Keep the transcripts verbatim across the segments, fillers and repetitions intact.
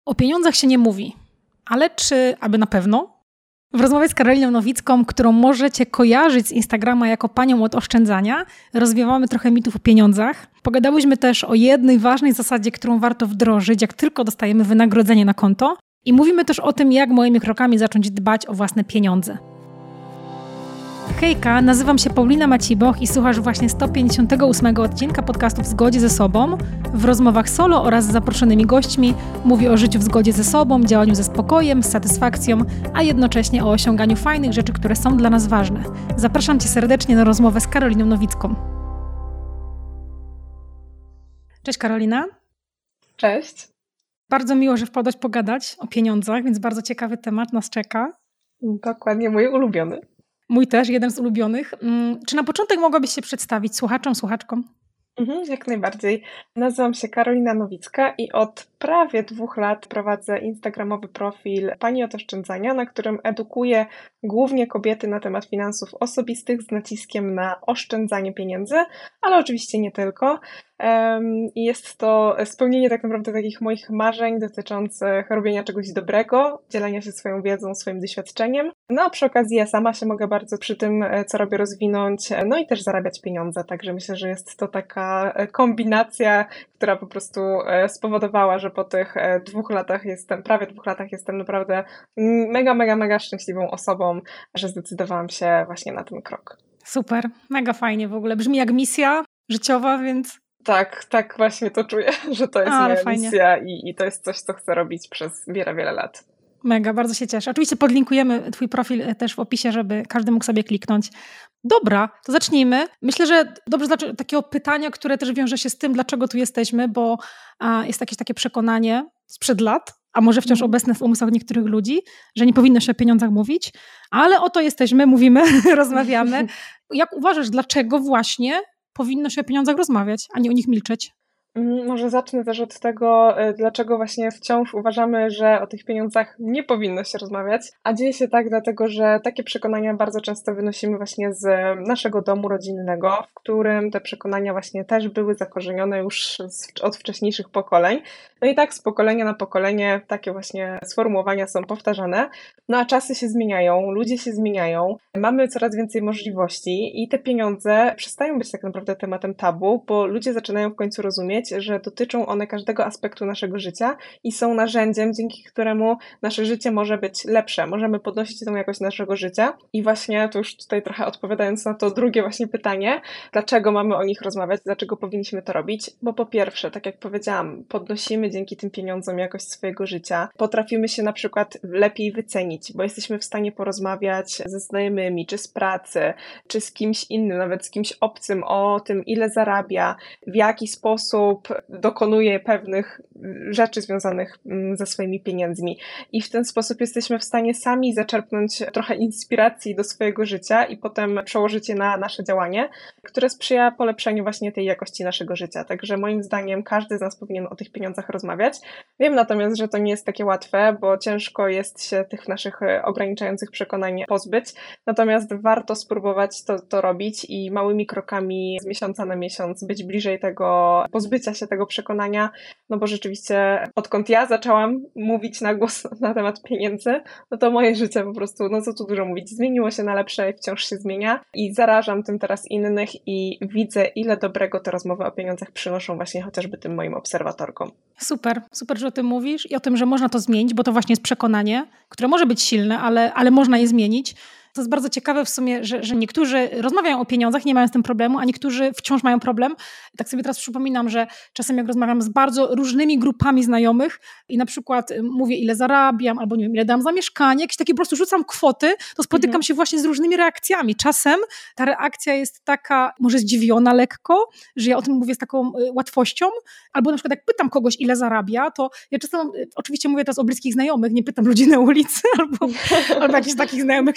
O pieniądzach się nie mówi, ale czy, aby na pewno? W rozmowie z Karoliną Nowicką, którą możecie kojarzyć z Instagrama jako panią od oszczędzania, rozwiewamy trochę mitów o pieniądzach. Pogadałyśmy też o jednej ważnej zasadzie, którą warto wdrożyć, jak tylko dostajemy wynagrodzenie na konto. I mówimy też o tym, jak małymi krokami zacząć dbać o własne pieniądze. Hejka, nazywam się Paulina Maciboch i słuchasz właśnie sto pięćdziesiątego ósmego odcinka podcastu W zgodzie ze sobą. W rozmowach solo oraz z zaproszonymi gośćmi mówię o życiu w zgodzie ze sobą, działaniu ze spokojem, z satysfakcją, a jednocześnie o osiąganiu fajnych rzeczy, które są dla nas ważne. Zapraszam Cię serdecznie na rozmowę z Karoliną Nowicką. Cześć Karolina. Cześć. Bardzo miło, że wpadłaś pogadać o pieniądzach, więc bardzo ciekawy temat nas czeka. Dokładnie, mój ulubiony. Mój też, jeden z ulubionych. Czy na początek mogłabyś się przedstawić słuchaczom, słuchaczkom? Mhm, jak najbardziej. Nazywam się Karolina Nowicka i od prawie dwóch lat prowadzę instagramowy profil Pani od oszczędzania, na którym edukuję głównie kobiety na temat finansów osobistych z naciskiem na oszczędzanie pieniędzy, ale oczywiście nie tylko. I jest to spełnienie tak naprawdę takich moich marzeń dotyczących robienia czegoś dobrego, dzielenia się swoją wiedzą, swoim doświadczeniem. No a przy okazji ja sama się mogę bardzo przy tym, co robię, rozwinąć, no i też zarabiać pieniądze. Także myślę, że jest to taka kombinacja, która po prostu spowodowała, że po tych dwóch latach jestem, prawie dwóch latach jestem naprawdę mega, mega, mega szczęśliwą osobą, że zdecydowałam się właśnie na ten krok. Super, mega fajnie w ogóle. Brzmi jak misja życiowa, więc... Tak, tak właśnie to czuję, że to jest A, moja fajnie. misja i, i to jest coś, co chcę robić przez wiele, wiele lat. Mega, bardzo się cieszę. Oczywiście podlinkujemy Twój profil też w opisie, żeby każdy mógł sobie kliknąć. Dobra, to zacznijmy. Myślę, że dobrze zacząć od takiego pytania, które też wiąże się z tym, dlaczego tu jesteśmy, bo a, jest jakieś takie przekonanie sprzed lat, a może wciąż mm. obecne w umysłach niektórych ludzi, że nie powinno się o pieniądzach mówić, ale oto jesteśmy, mówimy, rozmawiamy. Jak uważasz, dlaczego właśnie powinno się o pieniądzach rozmawiać, a nie o nich milczeć? Może zacznę też od tego, dlaczego właśnie wciąż uważamy, że o tych pieniądzach nie powinno się rozmawiać, a dzieje się tak dlatego, że takie przekonania bardzo często wynosimy właśnie z naszego domu rodzinnego, w którym te przekonania właśnie też były zakorzenione już z, od wcześniejszych pokoleń. No i tak z pokolenia na pokolenie takie właśnie sformułowania są powtarzane, no a czasy się zmieniają, ludzie się zmieniają, mamy coraz więcej możliwości i te pieniądze przestają być tak naprawdę tematem tabu, bo ludzie zaczynają w końcu rozumieć, że dotyczą one każdego aspektu naszego życia i są narzędziem, dzięki któremu nasze życie może być lepsze. Możemy podnosić tą jakość naszego życia. I właśnie, to już tutaj trochę odpowiadając na to drugie właśnie pytanie, dlaczego mamy o nich rozmawiać, dlaczego powinniśmy to robić? Bo po pierwsze, tak jak powiedziałam, podnosimy dzięki tym pieniądzom jakość swojego życia. Potrafimy się na przykład lepiej wycenić, bo jesteśmy w stanie porozmawiać ze znajomymi, czy z pracy, czy z kimś innym, nawet z kimś obcym o tym, ile zarabia, w jaki sposób dokonuje pewnych rzeczy związanych ze swoimi pieniędzmi i w ten sposób jesteśmy w stanie sami zaczerpnąć trochę inspiracji do swojego życia i potem przełożyć je na nasze działanie, które sprzyja polepszeniu właśnie tej jakości naszego życia. Także moim zdaniem każdy z nas powinien o tych pieniądzach rozmawiać. Wiem natomiast, że to nie jest takie łatwe, bo ciężko jest się tych naszych ograniczających przekonań pozbyć, natomiast warto spróbować to, to robić i małymi krokami z miesiąca na miesiąc być bliżej tego pozbycia się tego przekonania, no bo rzeczywiście odkąd ja zaczęłam mówić na głos na temat pieniędzy, no to moje życie po prostu, no co tu dużo mówić, zmieniło się na lepsze i wciąż się zmienia i zarażam tym teraz innych i widzę, ile dobrego te rozmowy o pieniądzach przynoszą właśnie chociażby tym moim obserwatorkom. Super, super, że o tym mówisz i o tym, że można to zmienić, bo to właśnie jest przekonanie, które może być silne, ale, ale można je zmienić. To jest bardzo ciekawe w sumie, że, że niektórzy rozmawiają o pieniądzach, nie mają z tym problemu, a niektórzy wciąż mają problem. Tak sobie teraz przypominam, że czasem jak rozmawiam z bardzo różnymi grupami znajomych i na przykład mówię, ile zarabiam, albo nie wiem, ile dam za mieszkanie, jakieś takie po prostu rzucam kwoty, to spotykam mhm. się właśnie z różnymi reakcjami. Czasem ta reakcja jest taka, może zdziwiona lekko, że ja o tym mówię z taką łatwością, albo na przykład jak pytam kogoś, ile zarabia, to ja czasem, oczywiście mówię teraz o bliskich znajomych, nie pytam ludzi na ulicy, albo, albo jakichś takich znajomych, których aż tak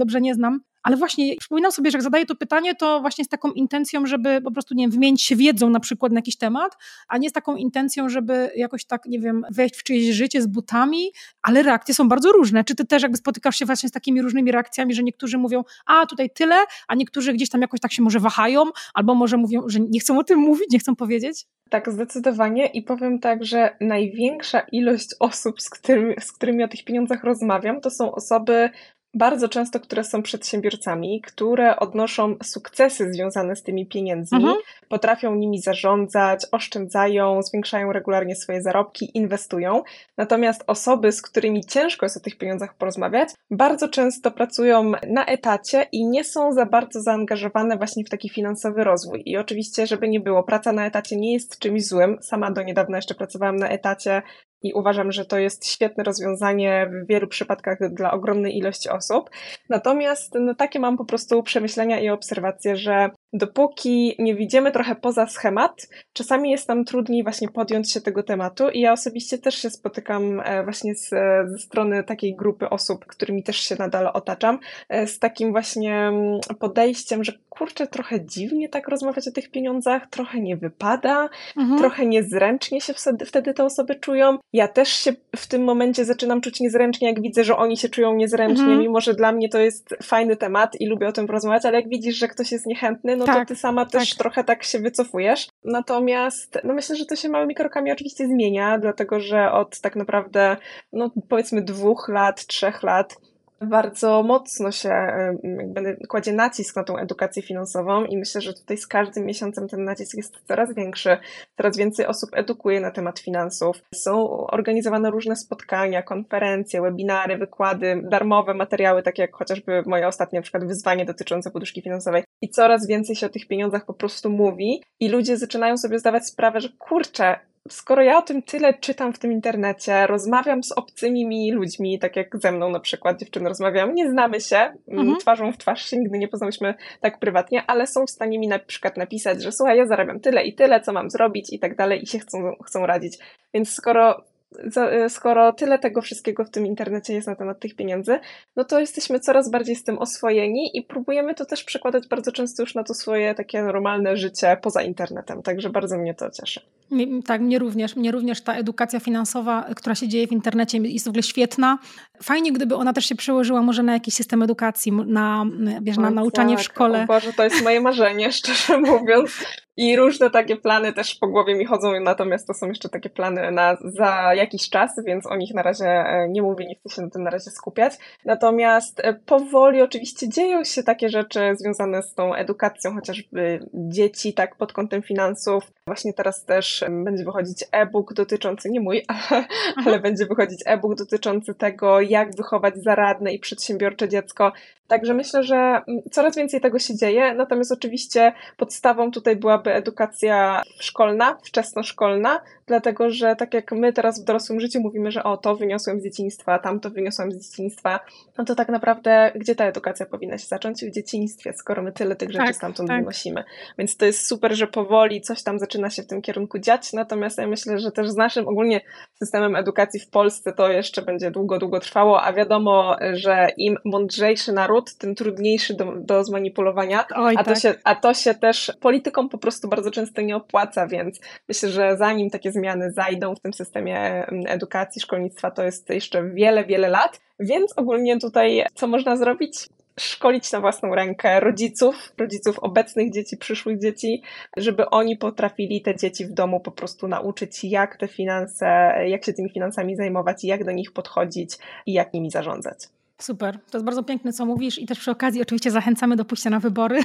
dobrze nie znam. Ale właśnie przypominam sobie, że jak zadaję to pytanie, to właśnie z taką intencją, żeby po prostu, nie wiem, wymienić się wiedzą na przykład na jakiś temat, a nie z taką intencją, żeby jakoś tak, nie wiem, wejść w czyjeś życie z butami, ale reakcje są bardzo różne. Czy ty też jakby spotykasz się właśnie z takimi różnymi reakcjami, że niektórzy mówią, a tutaj tyle, a niektórzy gdzieś tam jakoś tak się może wahają, albo może mówią, że nie chcą o tym mówić, nie chcą powiedzieć? Tak, zdecydowanie i powiem tak, że największa ilość osób, z którymi, z którymi o tych pieniądzach rozmawiam, to są osoby bardzo często, które są przedsiębiorcami, które odnoszą sukcesy związane z tymi pieniędzmi, mhm. potrafią nimi zarządzać, oszczędzają, zwiększają regularnie swoje zarobki, inwestują. Natomiast osoby, z którymi ciężko jest o tych pieniądzach porozmawiać, bardzo często pracują na etacie i nie są za bardzo zaangażowane właśnie w taki finansowy rozwój. I oczywiście, żeby nie było, praca na etacie nie jest czymś złym. Sama do niedawna jeszcze pracowałam na etacie i uważam, że to jest świetne rozwiązanie w wielu przypadkach dla ogromnej ilości osób. Natomiast no, takie mam po prostu przemyślenia i obserwacje, że dopóki nie widzimy trochę poza schemat, czasami jest nam trudniej właśnie podjąć się tego tematu i ja osobiście też się spotykam właśnie z, ze strony takiej grupy osób, którymi też się nadal otaczam, z takim właśnie podejściem, że kurczę, trochę dziwnie tak rozmawiać o tych pieniądzach, trochę nie wypada, mhm. trochę niezręcznie się wtedy, wtedy te osoby czują. Ja też się w tym momencie zaczynam czuć niezręcznie, jak widzę, że oni się czują niezręcznie, mhm. mimo że dla mnie to jest fajny temat i lubię o tym porozmawiać, ale jak widzisz, że ktoś jest niechętny, no tak, to ty sama też tak. trochę tak się wycofujesz. Natomiast no myślę, że to się małymi krokami oczywiście zmienia, dlatego że od tak naprawdę, no powiedzmy dwóch lat, trzech lat bardzo mocno się jakby kładzie nacisk na tą edukację finansową i myślę, że tutaj z każdym miesiącem ten nacisk jest coraz większy. Coraz więcej osób edukuje na temat finansów. Są organizowane różne spotkania, konferencje, webinary, wykłady, darmowe materiały, takie jak chociażby moje ostatnie na przykład wyzwanie dotyczące poduszki finansowej. I coraz więcej się o tych pieniądzach po prostu mówi i ludzie zaczynają sobie zdawać sprawę, że kurczę, skoro ja o tym tyle czytam w tym internecie, rozmawiam z obcymi mi ludźmi, tak jak ze mną na przykład dziewczyny rozmawiam, nie znamy się, mhm. twarzą w twarz się nigdy nie poznałyśmy tak prywatnie, ale są w stanie mi na przykład napisać, że słuchaj, ja zarabiam tyle i tyle, co mam zrobić i tak dalej i się chcą, chcą radzić. Więc skoro skoro tyle tego wszystkiego w tym internecie jest na temat tych pieniędzy, no to jesteśmy coraz bardziej z tym oswojeni i próbujemy to też przekładać bardzo często już na to swoje takie normalne życie poza internetem, także bardzo mnie to cieszy. Tak, mnie również. Mnie również ta edukacja finansowa, która się dzieje w internecie, jest w ogóle świetna. Fajnie, gdyby ona też się przełożyła może na jakiś system edukacji, na, wiesz, na nauczanie tak, w szkole. O Boże, to jest moje marzenie, szczerze mówiąc. I różne takie plany też po głowie mi chodzą, natomiast to są jeszcze takie plany na za jakiś czas, więc o nich na razie nie mówię, nie chcę się na tym na razie skupiać. Natomiast powoli oczywiście dzieją się takie rzeczy związane z tą edukacją, chociażby dzieci, tak, pod kątem finansów. Właśnie teraz też będzie wychodzić e-book dotyczący, nie mój, ale, ale będzie wychodzić e-book dotyczący tego, jak wychować zaradne i przedsiębiorcze dziecko. Także myślę, że coraz więcej tego się dzieje, natomiast oczywiście podstawą tutaj byłaby edukacja szkolna, wczesnoszkolna, dlatego że tak jak my teraz w dorosłym życiu mówimy, że o, to wyniosłem z dzieciństwa, tamto wyniosłem z dzieciństwa, no to tak naprawdę gdzie ta edukacja powinna się zacząć? W dzieciństwie, skoro my tyle tych rzeczy tak, stamtąd tak. wynosimy. Więc to jest super, że powoli coś tam zaczyna się w tym kierunku dziać, natomiast ja myślę, że też z naszym ogólnie systemem edukacji w Polsce to jeszcze będzie długo, długo trwało, a wiadomo, że im mądrzejszy naród, tym trudniejszy do, do zmanipulowania, Oj, a, to tak. się, a to się też politykom po prostu bardzo często nie opłaca, więc myślę, że zanim takie zmiany zajdą w tym systemie edukacji, szkolnictwa, to jest jeszcze wiele, wiele lat, więc ogólnie tutaj co można zrobić? Szkolić na własną rękę rodziców, rodziców obecnych dzieci, przyszłych dzieci, żeby oni potrafili te dzieci w domu po prostu nauczyć, jak te finanse, jak się tymi finansami zajmować i jak do nich podchodzić i jak nimi zarządzać. Super, to jest bardzo piękne, co mówisz i też przy okazji oczywiście zachęcamy do pójścia na wybory.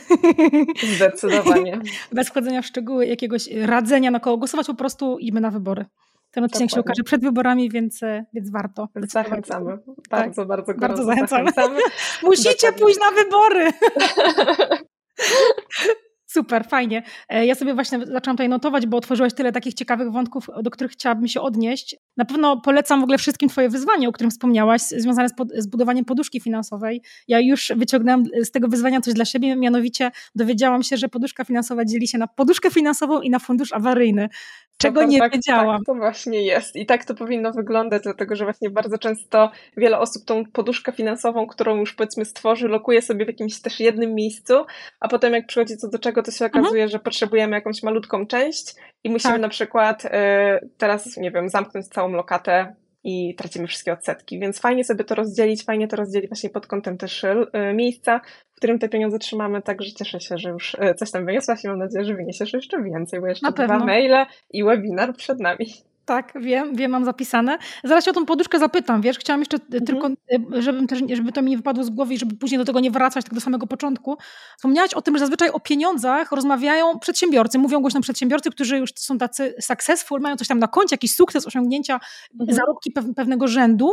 Zdecydowanie. Bez wchodzenia w szczegóły, jakiegoś radzenia, na kogo głosować, po prostu idźmy na wybory. Ten odcinek się ukaże przed wyborami, więc, więc warto. Zachęcamy. Bardzo, tak. bardzo, bardzo zachęcamy. zachęcamy. Musicie pójść na wybory. Super, fajnie. Ja sobie właśnie zaczęłam tutaj notować, bo otworzyłaś tyle takich ciekawych wątków, do których chciałabym się odnieść. Na pewno polecam w ogóle wszystkim twoje wyzwanie, o którym wspomniałaś, związane z, pod, z budowaniem poduszki finansowej. Ja już wyciągnęłam z tego wyzwania coś dla siebie, mianowicie dowiedziałam się, że poduszka finansowa dzieli się na poduszkę finansową i na fundusz awaryjny, czego Super, nie tak, wiedziałam. Tak to właśnie jest i tak to powinno wyglądać, dlatego że właśnie bardzo często wiele osób tą poduszkę finansową, którą już powiedzmy stworzy, lokuje sobie w jakimś też jednym miejscu, a potem jak przychodzi co do czego, to się okazuje, mhm. że potrzebujemy jakąś malutką część i musimy tak. na przykład y, teraz, nie wiem, zamknąć całą lokatę i tracimy wszystkie odsetki, więc fajnie sobie to rozdzielić, fajnie to rozdzielić właśnie pod kątem też y, miejsca, w którym te pieniądze trzymamy, także cieszę się, że już y, coś tam wyniosłaś i mam nadzieję, że wyniesiesz jeszcze więcej, bo jeszcze dwa maile i webinar przed nami. Tak, wiem, wiem, mam zapisane. Zaraz się o tą poduszkę zapytam, wiesz, chciałam jeszcze mhm. tylko, żebym też, żeby to mi nie wypadło z głowy i żeby później do tego nie wracać, tak do samego początku. Wspomniałaś o tym, że zazwyczaj o pieniądzach rozmawiają przedsiębiorcy, mówią głośno przedsiębiorcy, którzy już są tacy successful, mają coś tam na koncie, jakiś sukces, osiągnięcia, mhm. zarobki pewnego rzędu.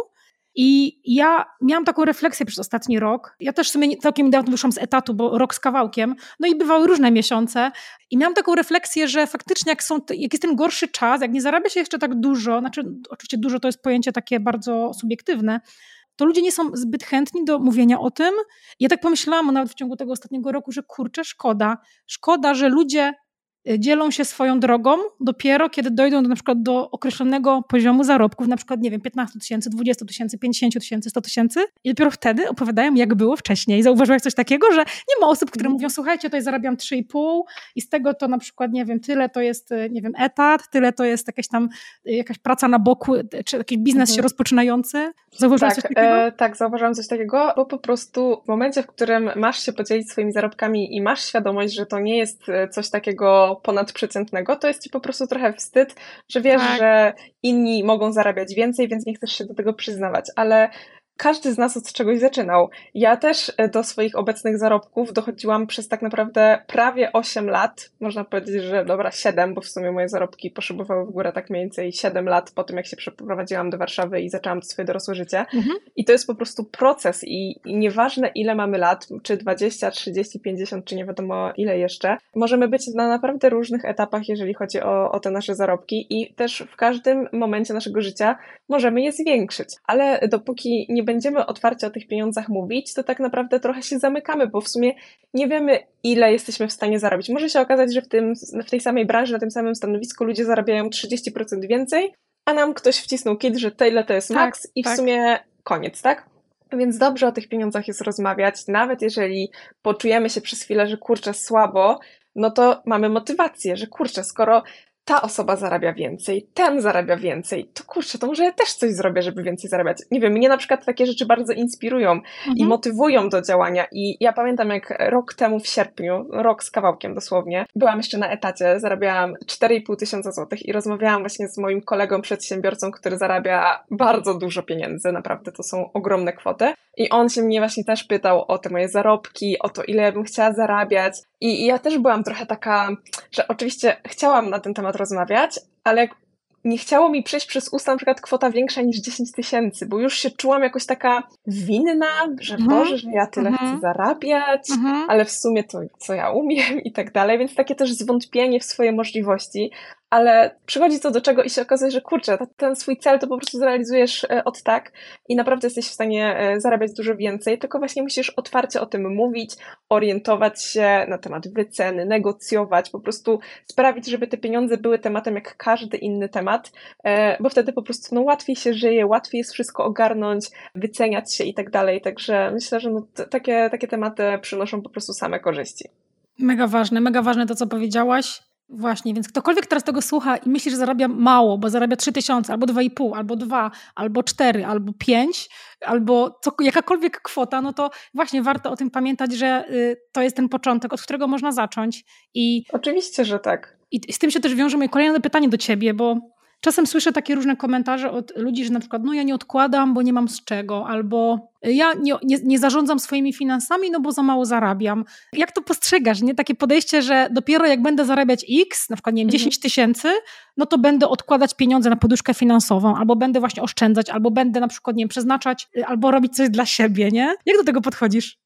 I ja miałam taką refleksję przez ostatni rok. Ja też w sumie całkiem niedawno wyszłam z etatu, bo rok z kawałkiem. No i bywały różne miesiące. I miałam taką refleksję, że faktycznie jak, są, jak jest ten gorszy czas, jak nie zarabia się jeszcze tak dużo, znaczy oczywiście dużo to jest pojęcie takie bardzo subiektywne, to ludzie nie są zbyt chętni do mówienia o tym. I ja tak pomyślałam nawet w ciągu tego ostatniego roku, że kurczę, szkoda. Szkoda, że ludzie dzielą się swoją drogą dopiero, kiedy dojdą do, na przykład do określonego poziomu zarobków, na przykład, nie wiem, piętnaście tysięcy, dwadzieścia tysięcy, pięćdziesiąt tysięcy, sto tysięcy i dopiero wtedy opowiadają, jak było wcześniej. Zauważyłaś coś takiego, że nie ma osób, które mówią, słuchajcie, tutaj zarabiam trzy i pół i z tego to na przykład, nie wiem, tyle to jest, nie wiem, etat, tyle to jest jakaś tam, jakaś praca na boku, czy jakiś biznes mhm. się rozpoczynający. Zauważyłaś tak, coś takiego? E, tak, zauważyłam coś takiego, bo po prostu w momencie, w którym masz się podzielić swoimi zarobkami i masz świadomość, że to nie jest coś takiego ponadprzeciętnego, to jest ci po prostu trochę wstyd, że wiesz, tak. że inni mogą zarabiać więcej, więc nie chcesz się do tego przyznawać, ale każdy z nas od czegoś zaczynał. Ja też do swoich obecnych zarobków dochodziłam przez tak naprawdę prawie osiem lat. Można powiedzieć, że dobra, siedem, bo w sumie moje zarobki poszybowały w górę tak mniej więcej siedem lat po tym, jak się przeprowadziłam do Warszawy i zaczęłam to swoje dorosłe życie. Mhm. I to jest po prostu proces i, i nieważne ile mamy lat, czy dwadzieścia, trzydzieści, pięćdziesiąt, czy nie wiadomo ile jeszcze, możemy być na naprawdę różnych etapach, jeżeli chodzi o, o te nasze zarobki i też w każdym momencie naszego życia możemy je zwiększyć. Ale dopóki nie będziemy otwarcie o tych pieniądzach mówić, to tak naprawdę trochę się zamykamy, bo w sumie nie wiemy, ile jesteśmy w stanie zarobić. Może się okazać, że w, tym, w tej samej branży, na tym samym stanowisku ludzie zarabiają trzydzieści procent więcej, a nam ktoś wcisnął kit, że tyle to jest maks tak, i w tak. sumie koniec, tak? Więc dobrze o tych pieniądzach jest rozmawiać, nawet jeżeli poczujemy się przez chwilę, że kurczę, słabo, no to mamy motywację, że kurczę, skoro ta osoba zarabia więcej, ten zarabia więcej, to kurczę, to może ja też coś zrobię, żeby więcej zarabiać. Nie wiem, mnie na przykład takie rzeczy bardzo inspirują mhm. i motywują do działania i ja pamiętam, jak rok temu w sierpniu, rok z kawałkiem dosłownie, byłam jeszcze na etacie, zarabiałam cztery i pół tysiąca złotych i rozmawiałam właśnie z moim kolegą przedsiębiorcą, który zarabia bardzo dużo pieniędzy, naprawdę to są ogromne kwoty i on się mnie właśnie też pytał o te moje zarobki, o to, ile ja bym chciała zarabiać i, i ja też byłam trochę taka, że oczywiście chciałam na ten temat rozmawiać, ale nie chciało mi przejść przez usta na przykład kwota większa niż dziesięć tysięcy, bo już się czułam jakoś taka winna, że mhm. Boże, że ja tyle mhm. chcę zarabiać, mhm. ale w sumie to co ja umiem i tak dalej, więc takie też zwątpienie w swoje możliwości, ale przychodzi to do czego i się okazuje, że kurczę, ten swój cel to po prostu zrealizujesz od tak i naprawdę jesteś w stanie zarabiać dużo więcej, tylko właśnie musisz otwarcie o tym mówić, orientować się na temat wyceny, negocjować, po prostu sprawić, żeby te pieniądze były tematem jak każdy inny temat, bo wtedy po prostu no, łatwiej się żyje, łatwiej jest wszystko ogarnąć, wyceniać się i tak dalej, także myślę, że no, t- takie, takie tematy przynoszą po prostu same korzyści. Mega ważne, mega ważne to, co powiedziałaś. Właśnie, więc ktokolwiek teraz tego słucha i myśli, że zarabia mało, bo zarabia trzy tysiące, albo dwa i pół, albo dwa, albo cztery, albo pięć, albo co, jakakolwiek kwota, no to właśnie warto o tym pamiętać, że y, to jest ten początek, od którego można zacząć. I, Oczywiście, że tak. I z tym się też wiąże moje kolejne pytanie do ciebie, bo czasem słyszę takie różne komentarze od ludzi, że na przykład no ja nie odkładam, bo nie mam z czego, albo ja nie, nie, nie zarządzam swoimi finansami, no bo za mało zarabiam. Jak to postrzegasz, nie? Takie podejście, że dopiero jak będę zarabiać X, na przykład nie wiem, mhm. dziesięć tysięcy, no to będę odkładać pieniądze na poduszkę finansową, albo będę właśnie oszczędzać, albo będę na przykład, nie wiem, przeznaczać, albo robić coś dla siebie, nie? Jak do tego podchodzisz?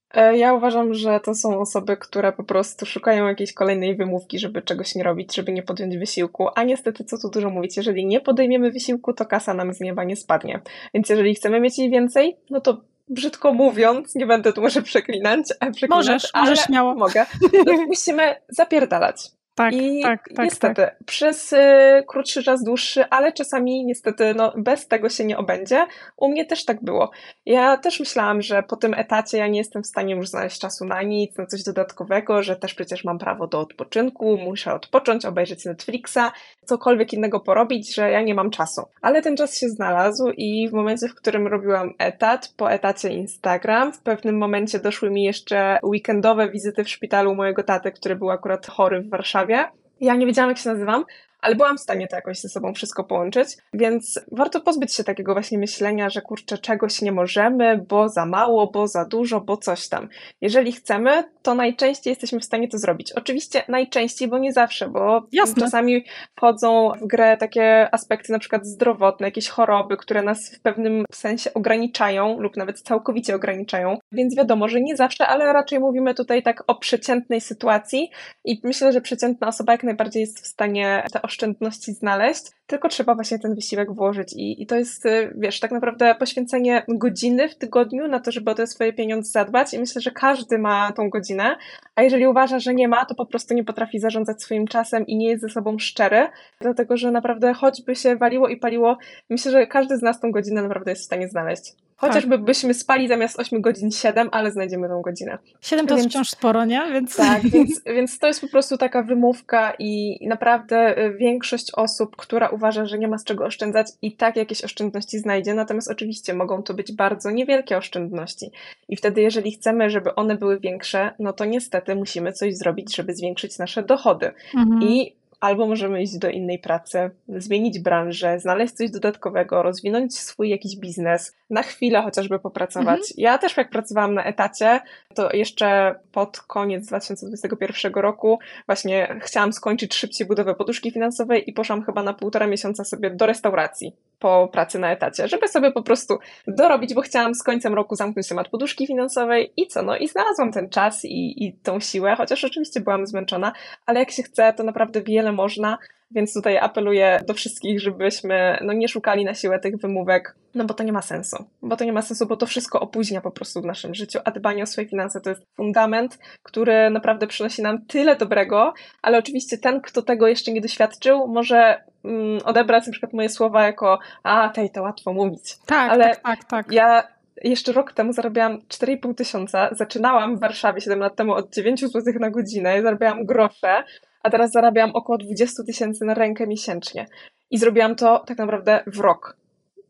Ja uważam, że to są osoby, które po prostu szukają jakiejś kolejnej wymówki, żeby czegoś nie robić, żeby nie podjąć wysiłku, a niestety, co tu dużo mówić, jeżeli nie podejmiemy wysiłku, to kasa nam z nieba nie spadnie. Więc jeżeli chcemy mieć jej więcej, no to brzydko mówiąc, nie będę tu może przeklinać, przeklinać możesz, ale możesz śmiało. mogę, no, musimy zapierdalać. Tak, I tak, tak, niestety tak. przez y, krótszy czas, dłuższy, ale czasami niestety no, bez tego się nie obędzie. U mnie też tak było. Ja też myślałam, że po tym etacie ja nie jestem w stanie już znaleźć czasu na nic, na coś dodatkowego, że też przecież mam prawo do odpoczynku, muszę odpocząć, obejrzeć Netflixa, cokolwiek innego porobić, że ja nie mam czasu. Ale ten czas się znalazł i w momencie, w którym robiłam etat, po etacie Instagram, w pewnym momencie doszły mi jeszcze weekendowe wizyty w szpitalu mojego taty, który był akurat chory w Warszawie. Ja nie wiedziałam, jak się nazywam, ale byłam w stanie to jakoś ze sobą wszystko połączyć, więc warto pozbyć się takiego właśnie myślenia, że kurczę, czegoś nie możemy, bo za mało, bo za dużo, bo coś tam. Jeżeli chcemy, to najczęściej jesteśmy w stanie to zrobić. Oczywiście najczęściej, bo nie zawsze, bo Jasne. czasami wchodzą w grę takie aspekty na przykład zdrowotne, jakieś choroby, które nas w pewnym sensie ograniczają lub nawet całkowicie ograniczają, więc wiadomo, że nie zawsze, ale raczej mówimy tutaj tak o przeciętnej sytuacji i myślę, że przeciętna osoba jak najbardziej jest w stanie te oszczędności znaleźć, tylko trzeba właśnie ten wysiłek włożyć i, i to jest, wiesz, tak naprawdę poświęcenie godziny w tygodniu na to, żeby o te swoje pieniądze zadbać i myślę, że każdy ma tą godzinę, a jeżeli uważa, że nie ma, to po prostu nie potrafi zarządzać swoim czasem i nie jest ze sobą szczery, dlatego, że naprawdę choćby się waliło i paliło, myślę, że każdy z nas tą godzinę naprawdę jest w stanie znaleźć. Chociażby tak. byśmy spali zamiast ośmiu godzin siedem, ale znajdziemy tą godzinę. siedem to więc, jest wciąż sporo, nie? Więc... Tak, więc, więc to jest po prostu taka wymówka i naprawdę większość osób, która uważa, że nie ma z czego oszczędzać i tak jakieś oszczędności znajdzie, natomiast oczywiście mogą to być bardzo niewielkie oszczędności i wtedy jeżeli chcemy, żeby one były większe, no to niestety musimy coś zrobić, żeby zwiększyć nasze dochody. Mhm. I albo możemy iść do innej pracy, zmienić branżę, znaleźć coś dodatkowego, rozwinąć swój jakiś biznes, na chwilę chociażby popracować. Mhm. Ja też jak pracowałam na etacie, to jeszcze pod koniec dwa tysiące dwudziestego pierwszego roku właśnie chciałam skończyć szybciej budowę poduszki finansowej i poszłam chyba na półtora miesiąca sobie do restauracji po pracy na etacie, żeby sobie po prostu dorobić, bo chciałam z końcem roku zamknąć temat poduszki finansowej i co, no i znalazłam ten czas i, i tą siłę, chociaż oczywiście byłam zmęczona, ale jak się chce, to naprawdę wiele można, więc tutaj apeluję do wszystkich, żebyśmy no nie szukali na siłę tych wymówek, no bo to nie ma sensu, bo to nie ma sensu, bo to wszystko opóźnia po prostu w naszym życiu, a dbanie o swoje finanse to jest fundament, który naprawdę przynosi nam tyle dobrego, ale oczywiście ten, kto tego jeszcze nie doświadczył, może mm, odebrać na przykład moje słowa jako a, tej to łatwo mówić. Tak, ale tak, tak, tak. Ja jeszcze rok temu zarabiałam cztery i pół tysiąca, zaczynałam w Warszawie siedem lat temu od dziewięć złotych na godzinę, zarabiałam grosze, a teraz zarabiam około dwadzieścia tysięcy na rękę miesięcznie. I zrobiłam to tak naprawdę w rok.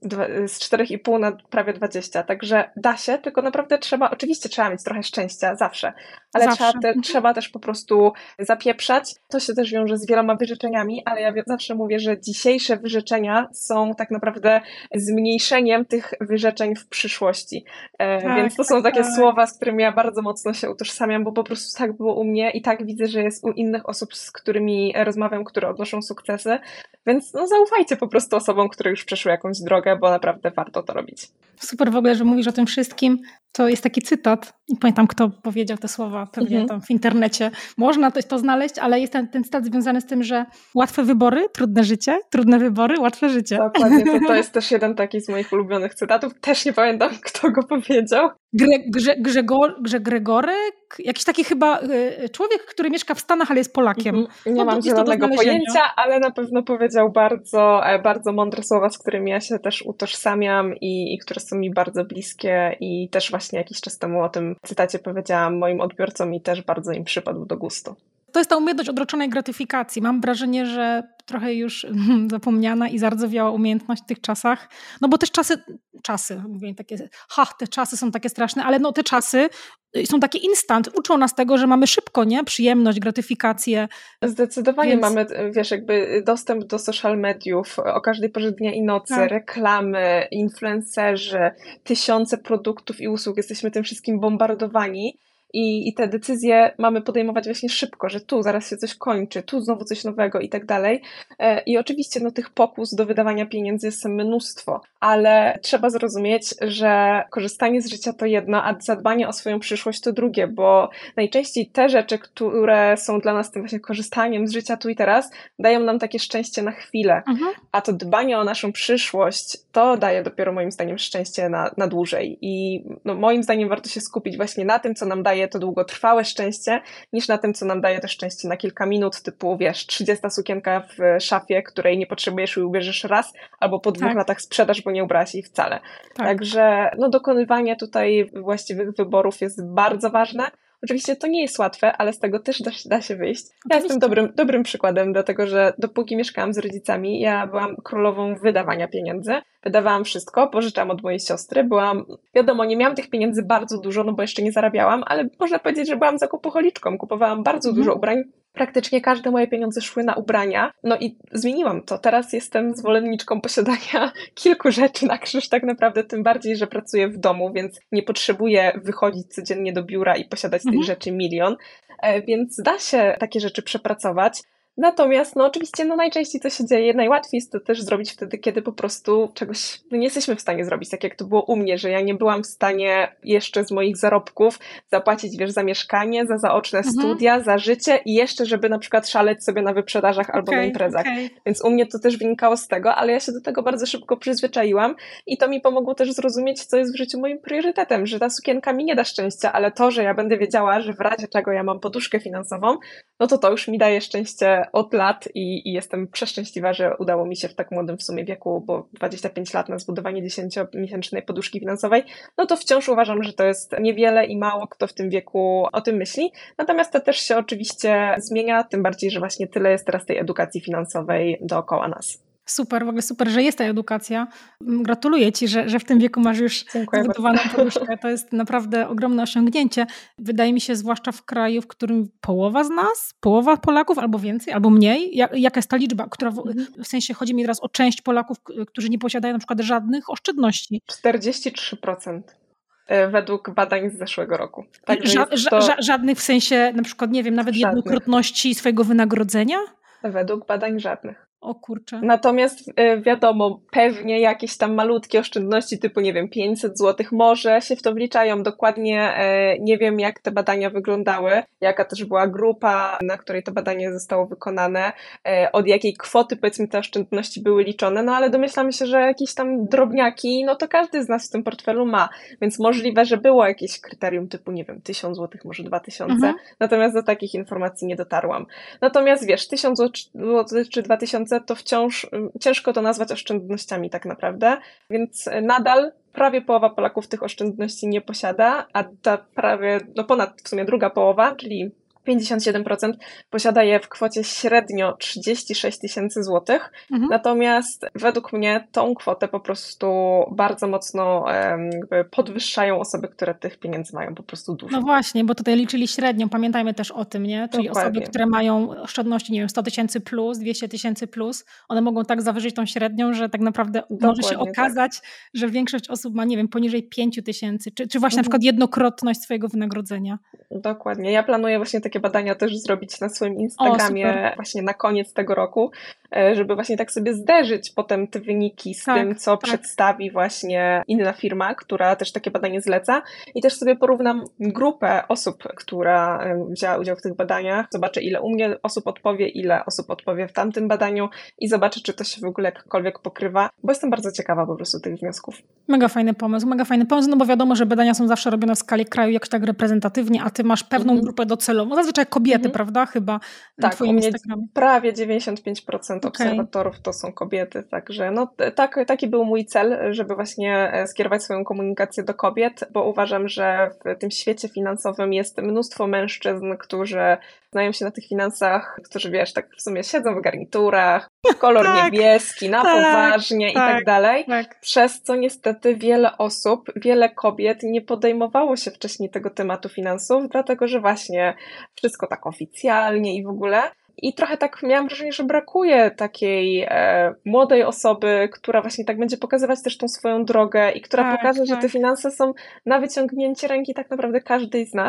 Z czterech i pół na prawie dwadzieścia. Także da się, tylko naprawdę trzeba, oczywiście trzeba mieć trochę szczęścia, zawsze, ale zawsze. Trzeba, te, trzeba też po prostu zapieprzać. To się też wiąże z wieloma wyrzeczeniami, ale ja zawsze mówię, że dzisiejsze wyrzeczenia są tak naprawdę zmniejszeniem tych wyrzeczeń w przyszłości. E, tak, więc to są tak, takie tak. słowa, z którymi ja bardzo mocno się utożsamiam, bo po prostu tak było u mnie i tak widzę, że jest u innych osób, z którymi rozmawiam, które odnoszą sukcesy. Więc no, zaufajcie po prostu osobom, które już przeszły jakąś drogę, bo naprawdę warto to robić. Super w ogóle, że mówisz o tym wszystkim. To jest taki cytat, nie pamiętam kto powiedział te słowa, pewnie mhm. tam w internecie. Można to, to znaleźć, ale jest ten, ten cytat związany z tym, że łatwe wybory, trudne życie, trudne wybory, łatwe życie. Dokładnie, to, to jest też jeden taki z moich ulubionych cytatów. Też nie pamiętam, kto go powiedział. Gre, grze, Grzegor, Grze Gregorek? Jakiś taki chyba y, człowiek, który mieszka w Stanach, ale jest Polakiem. Mhm. Nie no, mam zielonego pojęcia, ale na pewno powiedział bardzo, bardzo mądre słowa, z którymi ja się też utożsamiam i, i które są mi bardzo bliskie i też właśnie jakiś czas temu o tym cytacie powiedziałam moim odbiorcom i też bardzo im przypadł do gustu. To jest ta umiejętność odroczonej gratyfikacji. Mam wrażenie, że trochę już zapomniana i zardzewiała umiejętność w tych czasach. No bo też czasy, czasy, mówię takie, ha, te czasy są takie straszne, ale no te czasy są takie instant. Uczą nas tego, że mamy szybko, nie? Przyjemność, gratyfikację. Zdecydowanie Więc... mamy, wiesz, jakby dostęp do social mediów o każdej porze dnia i nocy, tak. reklamy, influencerzy, tysiące produktów i usług. Jesteśmy tym wszystkim bombardowani. i, i te decyzje mamy podejmować właśnie szybko, że tu zaraz się coś kończy, tu znowu coś nowego i tak dalej. I oczywiście no, tych pokus do wydawania pieniędzy jest mnóstwo, ale trzeba zrozumieć, że korzystanie z życia to jedno, a zadbanie o swoją przyszłość to drugie, bo najczęściej te rzeczy, które są dla nas tym właśnie korzystaniem z życia tu i teraz, dają nam takie szczęście na chwilę, mhm. a to dbanie o naszą przyszłość, to daje dopiero moim zdaniem szczęście na, na dłużej i no, moim zdaniem warto się skupić właśnie na tym, co nam daje to długotrwałe szczęście, niż na tym, co nam daje to szczęście na kilka minut, typu wiesz, trzydziesta sukienka w szafie, której nie potrzebujesz i ubierzesz raz, albo po dwóch tak. latach sprzedasz, bo nie ubrałaś jej wcale. Tak. Także no, dokonywanie tutaj właściwych wyborów jest bardzo ważne. Oczywiście to nie jest łatwe, ale z tego też da, da się wyjść. Ja Oczywiście. jestem dobrym, dobrym przykładem, dlatego że dopóki mieszkałam z rodzicami, ja byłam królową wydawania pieniędzy. Wydawałam wszystko, pożyczałam od mojej siostry, byłam, wiadomo, nie miałam tych pieniędzy bardzo dużo, no bo jeszcze nie zarabiałam, ale można powiedzieć, że byłam zakupocholiczką, kupowałam bardzo mhm. dużo ubrań. Praktycznie każde moje pieniądze szły na ubrania, no i zmieniłam to. Teraz jestem zwolenniczką posiadania kilku rzeczy na krzyż, tak naprawdę, tym bardziej, że pracuję w domu, więc nie potrzebuję wychodzić codziennie do biura i posiadać mhm. tych rzeczy milion, więc da się takie rzeczy przepracować. Natomiast no oczywiście no najczęściej to się dzieje, najłatwiej jest to też zrobić wtedy, kiedy po prostu czegoś no nie jesteśmy w stanie zrobić, tak jak to było u mnie, że ja nie byłam w stanie jeszcze z moich zarobków zapłacić, wiesz, za mieszkanie, za zaoczne mhm. studia, za życie i jeszcze, żeby na przykład szaleć sobie na wyprzedażach albo okay, na imprezach. Okay. Więc u mnie to też wynikało z tego, ale ja się do tego bardzo szybko przyzwyczaiłam i to mi pomogło też zrozumieć, co jest w życiu moim priorytetem, że ta sukienka mi nie da szczęścia, ale to, że ja będę wiedziała, że w razie czego ja mam poduszkę finansową, no to to już mi daje szczęście od lat i, i jestem przeszczęśliwa, że udało mi się w tak młodym w sumie wieku, bo dwadzieścia pięć lat na zbudowanie dziesięciomiesięcznej poduszki finansowej, no to wciąż uważam, że to jest niewiele i mało kto w tym wieku o tym myśli. Natomiast to też się oczywiście zmienia, tym bardziej, że właśnie tyle jest teraz tej edukacji finansowej dookoła nas. Super, w ogóle super, że jest ta edukacja. Gratuluję Ci, że, że w tym wieku masz już Dziękuję zbudowaną poduszkę. To jest naprawdę ogromne osiągnięcie. Wydaje mi się, zwłaszcza w kraju, w którym połowa z nas, połowa Polaków albo więcej, albo mniej. Jak, jaka jest ta liczba, która w, mhm. w sensie chodzi mi teraz o część Polaków, którzy nie posiadają na przykład żadnych oszczędności. czterdzieści trzy procent. Według badań z zeszłego roku. Ża- to... ża- żadnych w sensie na przykład, nie wiem, nawet żadnych. jednokrotności swojego wynagrodzenia? Według badań żadnych. O kurczę. Natomiast wiadomo, pewnie jakieś tam malutkie oszczędności typu, nie wiem, pięćset złotych może się w to wliczają. Dokładnie nie wiem, jak te badania wyglądały, jaka też była grupa, na której to badanie zostało wykonane, od jakiej kwoty, powiedzmy, te oszczędności były liczone, no ale domyślam się, że jakieś tam drobniaki, no to każdy z nas w tym portfelu ma, więc możliwe, że było jakieś kryterium typu, nie wiem, tysiąc złotych, może dwa tysiące, mhm. natomiast do takich informacji nie dotarłam. Natomiast wiesz, tysiąc złotych czy dwa tysiące to wciąż ciężko to nazwać oszczędnościami tak naprawdę, więc nadal prawie połowa Polaków tych oszczędności nie posiada, a ta prawie, no ponad w sumie druga połowa, czyli pięćdziesiąt siedem procent posiada je w kwocie średnio trzydzieści sześć tysięcy złotych, mhm. natomiast według mnie tą kwotę po prostu bardzo mocno jakby podwyższają osoby, które tych pieniędzy mają po prostu dużo. No właśnie, bo tutaj liczyli średnią, pamiętajmy też o tym, nie? Czyli Dokładnie. Osoby, które mają oszczędności, nie wiem, sto tysięcy plus, dwieście tysięcy plus, one mogą tak zawyżyć tą średnią, że tak naprawdę Dokładnie może się okazać, tak. że większość osób ma, nie wiem, poniżej pięć tysięcy, czy, czy właśnie mhm. na przykład jednokrotność swojego wynagrodzenia. Dokładnie. Ja planuję właśnie takie badania też zrobić na swoim Instagramie o, właśnie na koniec tego roku, żeby właśnie tak sobie zderzyć potem te wyniki z tak, tym, co tak. przedstawi właśnie inna firma, która też takie badanie zleca i też sobie porównam grupę osób, która wzięła udział w tych badaniach, zobaczę ile u mnie osób odpowie, ile osób odpowie w tamtym badaniu i zobaczę, czy to się w ogóle jakkolwiek pokrywa, bo jestem bardzo ciekawa po prostu tych wniosków. Mega fajny pomysł, mega fajny pomysł, no bo wiadomo, że badania są zawsze robione w skali kraju jakoś tak reprezentatywnie, a ty masz pewną mhm. grupę docelową, zazwyczaj kobiety, mhm. prawda? Chyba na tak, twoim u mnie Instagramie. Prawie dziewięćdziesiąt pięć procent okay. obserwatorów to są kobiety, także no tak, taki był mój cel, żeby właśnie skierować swoją komunikację do kobiet, bo uważam, że w tym świecie finansowym jest mnóstwo mężczyzn, którzy znają się na tych finansach, którzy wiesz, tak w sumie siedzą w garniturach, kolor tak, niebieski, na tak, poważnie tak, i tak dalej, tak. przez co niestety wiele osób, wiele kobiet nie podejmowało się wcześniej tego tematu finansów, dlatego że właśnie wszystko tak oficjalnie i w ogóle. I trochę tak miałam wrażenie, że brakuje takiej e, młodej osoby, która właśnie tak będzie pokazywać też tą swoją drogę i która tak, pokaże, tak. że te finanse są na wyciągnięcie ręki tak naprawdę każdej z nas.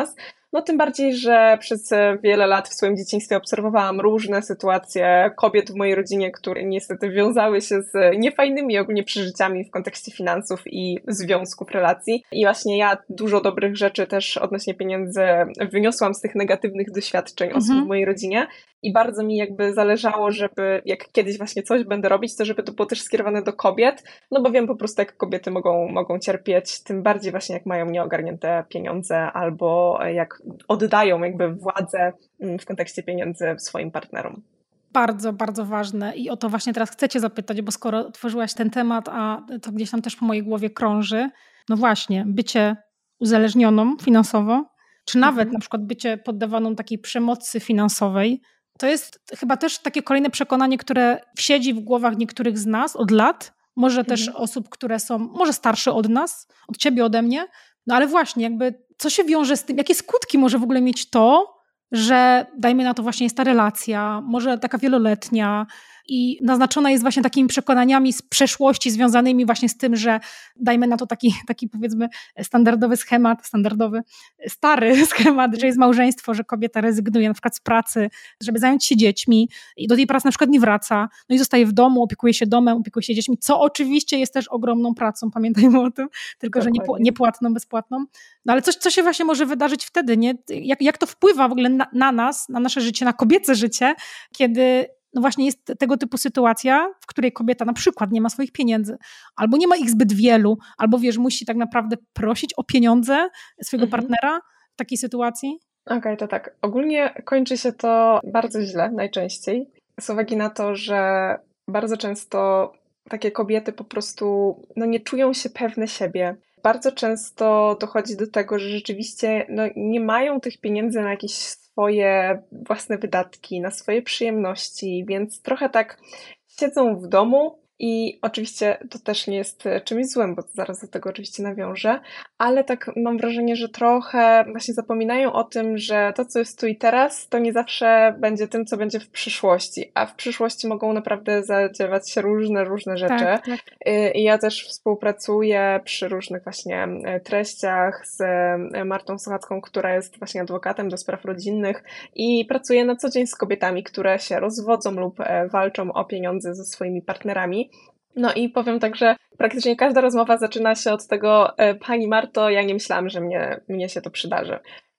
No tym bardziej, że przez wiele lat w swoim dzieciństwie obserwowałam różne sytuacje kobiet w mojej rodzinie, które niestety wiązały się z niefajnymi ogólnie przeżyciami w kontekście finansów i związków, relacji. I właśnie ja dużo dobrych rzeczy też odnośnie pieniędzy wyniosłam z tych negatywnych doświadczeń osób Mhm. w mojej rodzinie. I bardzo mi jakby zależało, żeby jak kiedyś właśnie coś będę robić, to żeby to było też skierowane do kobiet, no bo wiem po prostu, jak kobiety mogą, mogą cierpieć, tym bardziej właśnie jak mają nieogarnięte pieniądze albo jak oddają jakby władzę w kontekście pieniędzy swoim partnerom. Bardzo, bardzo ważne i o to właśnie teraz chcę cię zapytać, bo skoro otworzyłaś ten temat, a to gdzieś tam też po mojej głowie krąży, no właśnie, bycie uzależnioną finansowo, czy nawet mhm. na przykład bycie poddawaną takiej przemocy finansowej, to jest chyba też takie kolejne przekonanie, które siedzi w głowach niektórych z nas od lat, może też mhm. osób, które są może starsze od nas, od ciebie, ode mnie, no ale właśnie jakby co się wiąże z tym, jakie skutki może w ogóle mieć to, że dajmy na to właśnie jest ta relacja, może taka wieloletnia i naznaczona jest właśnie takimi przekonaniami z przeszłości związanymi właśnie z tym, że dajmy na to taki, taki powiedzmy standardowy schemat, standardowy, stary schemat, że jest małżeństwo, że kobieta rezygnuje na przykład z pracy, żeby zająć się dziećmi i do tej pracy na przykład nie wraca, no i zostaje w domu, opiekuje się domem, opiekuje się dziećmi, co oczywiście jest też ogromną pracą, pamiętajmy o tym, tylko że niepłatną, bezpłatną. No ale coś, co się właśnie może wydarzyć wtedy, nie? Jak, jak to wpływa w ogóle na, na nas, na nasze życie, na kobiece życie, kiedy no właśnie jest tego typu sytuacja, w której kobieta na przykład nie ma swoich pieniędzy, albo nie ma ich zbyt wielu, albo wiesz, musi tak naprawdę prosić o pieniądze swojego mhm. partnera w takiej sytuacji? Okej, okay, to tak. Ogólnie kończy się to bardzo źle najczęściej, z uwagi na to, że bardzo często takie kobiety po prostu no, nie czują się pewne siebie. Bardzo często dochodzi do tego, że rzeczywiście no, nie mają tych pieniędzy na jakieś swoje własne wydatki, na swoje przyjemności, więc trochę tak siedzą w domu i oczywiście to też nie jest czymś złym, bo zaraz do tego oczywiście nawiążę, ale tak mam wrażenie, że trochę właśnie zapominają o tym, że to, co jest tu i teraz, to nie zawsze będzie tym, co będzie w przyszłości, a w przyszłości mogą naprawdę zadziewać się różne, różne rzeczy. Tak, tak. I ja też współpracuję przy różnych właśnie treściach z Martą Sochacką, która jest właśnie adwokatem do spraw rodzinnych i pracuje na co dzień z kobietami, które się rozwodzą lub walczą o pieniądze ze swoimi partnerami. No i powiem tak, że praktycznie każda rozmowa zaczyna się od tego: Pani Marto, ja nie myślałam, że mnie, mnie się to przydarzy.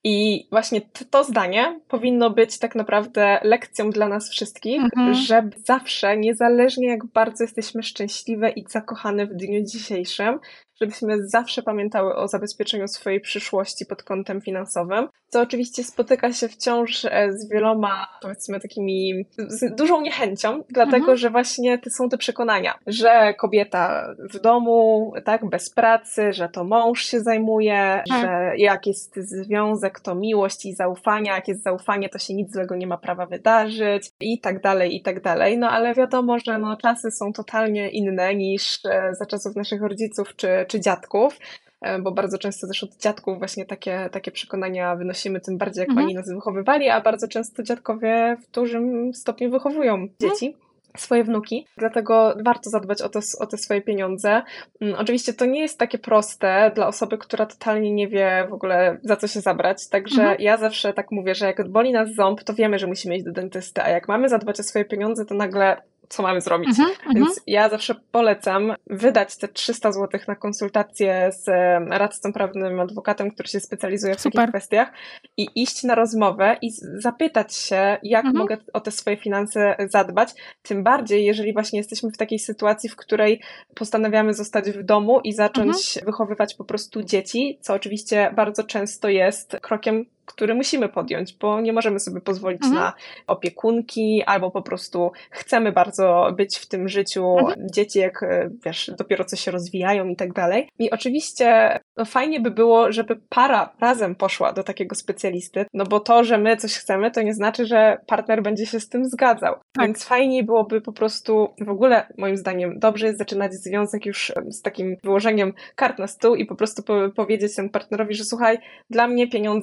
I właśnie to zdanie powinno być tak naprawdę lekcją dla nas wszystkich, mhm. że zawsze, niezależnie jak bardzo jesteśmy szczęśliwe i zakochane w dniu dzisiejszym, żebyśmy zawsze pamiętały o zabezpieczeniu swojej przyszłości pod kątem finansowym, co oczywiście spotyka się wciąż z wieloma, powiedzmy, takimi, z dużą niechęcią, dlatego, mhm. że właśnie te są te przekonania, że kobieta w domu, tak, bez pracy, że to mąż się zajmuje, tak. że jak jest związek, to miłość i zaufanie, jak jest zaufanie, to się nic złego nie ma prawa wydarzyć i tak dalej, i tak dalej. No ale wiadomo, że no, czasy są totalnie inne niż za czasów naszych rodziców czy, czy dziadków, bo bardzo często też od dziadków właśnie takie, takie przekonania wynosimy, tym bardziej jak mhm. oni nas wychowywali, a bardzo często dziadkowie w dużym stopniu wychowują dzieci. Mhm. swoje wnuki, dlatego warto zadbać o, to, o te swoje pieniądze. Um, oczywiście to nie jest takie proste dla osoby, która totalnie nie wie w ogóle, za co się zabrać, także mhm. ja zawsze tak mówię, że jak boli nas ząb, to wiemy, że musimy iść do dentysty, a jak mamy zadbać o swoje pieniądze, to nagle co mamy zrobić. Mhm, Więc ja zawsze polecam wydać te trzysta złotych na konsultację z radcą prawnym, adwokatem, który się specjalizuje w Super. takich kwestiach i iść na rozmowę i zapytać się, jak mhm. mogę o te swoje finanse zadbać. Tym bardziej, jeżeli właśnie jesteśmy w takiej sytuacji, w której postanawiamy zostać w domu i zacząć mhm. wychowywać po prostu dzieci, co oczywiście bardzo często jest krokiem, który musimy podjąć, bo nie możemy sobie pozwolić mhm. na opiekunki, albo po prostu chcemy bardzo być w tym życiu. Mhm. Dzieci, jak wiesz, dopiero co się rozwijają i tak dalej. I oczywiście no, fajnie by było, żeby para razem poszła do takiego specjalisty, no bo to, że my coś chcemy, to nie znaczy, że partner będzie się z tym zgadzał. Tak. Więc fajniej byłoby po prostu, w ogóle moim zdaniem dobrze jest zaczynać związek już z takim wyłożeniem kart na stół i po prostu po- powiedzieć temu partnerowi, że słuchaj, dla mnie pieniądze w życiu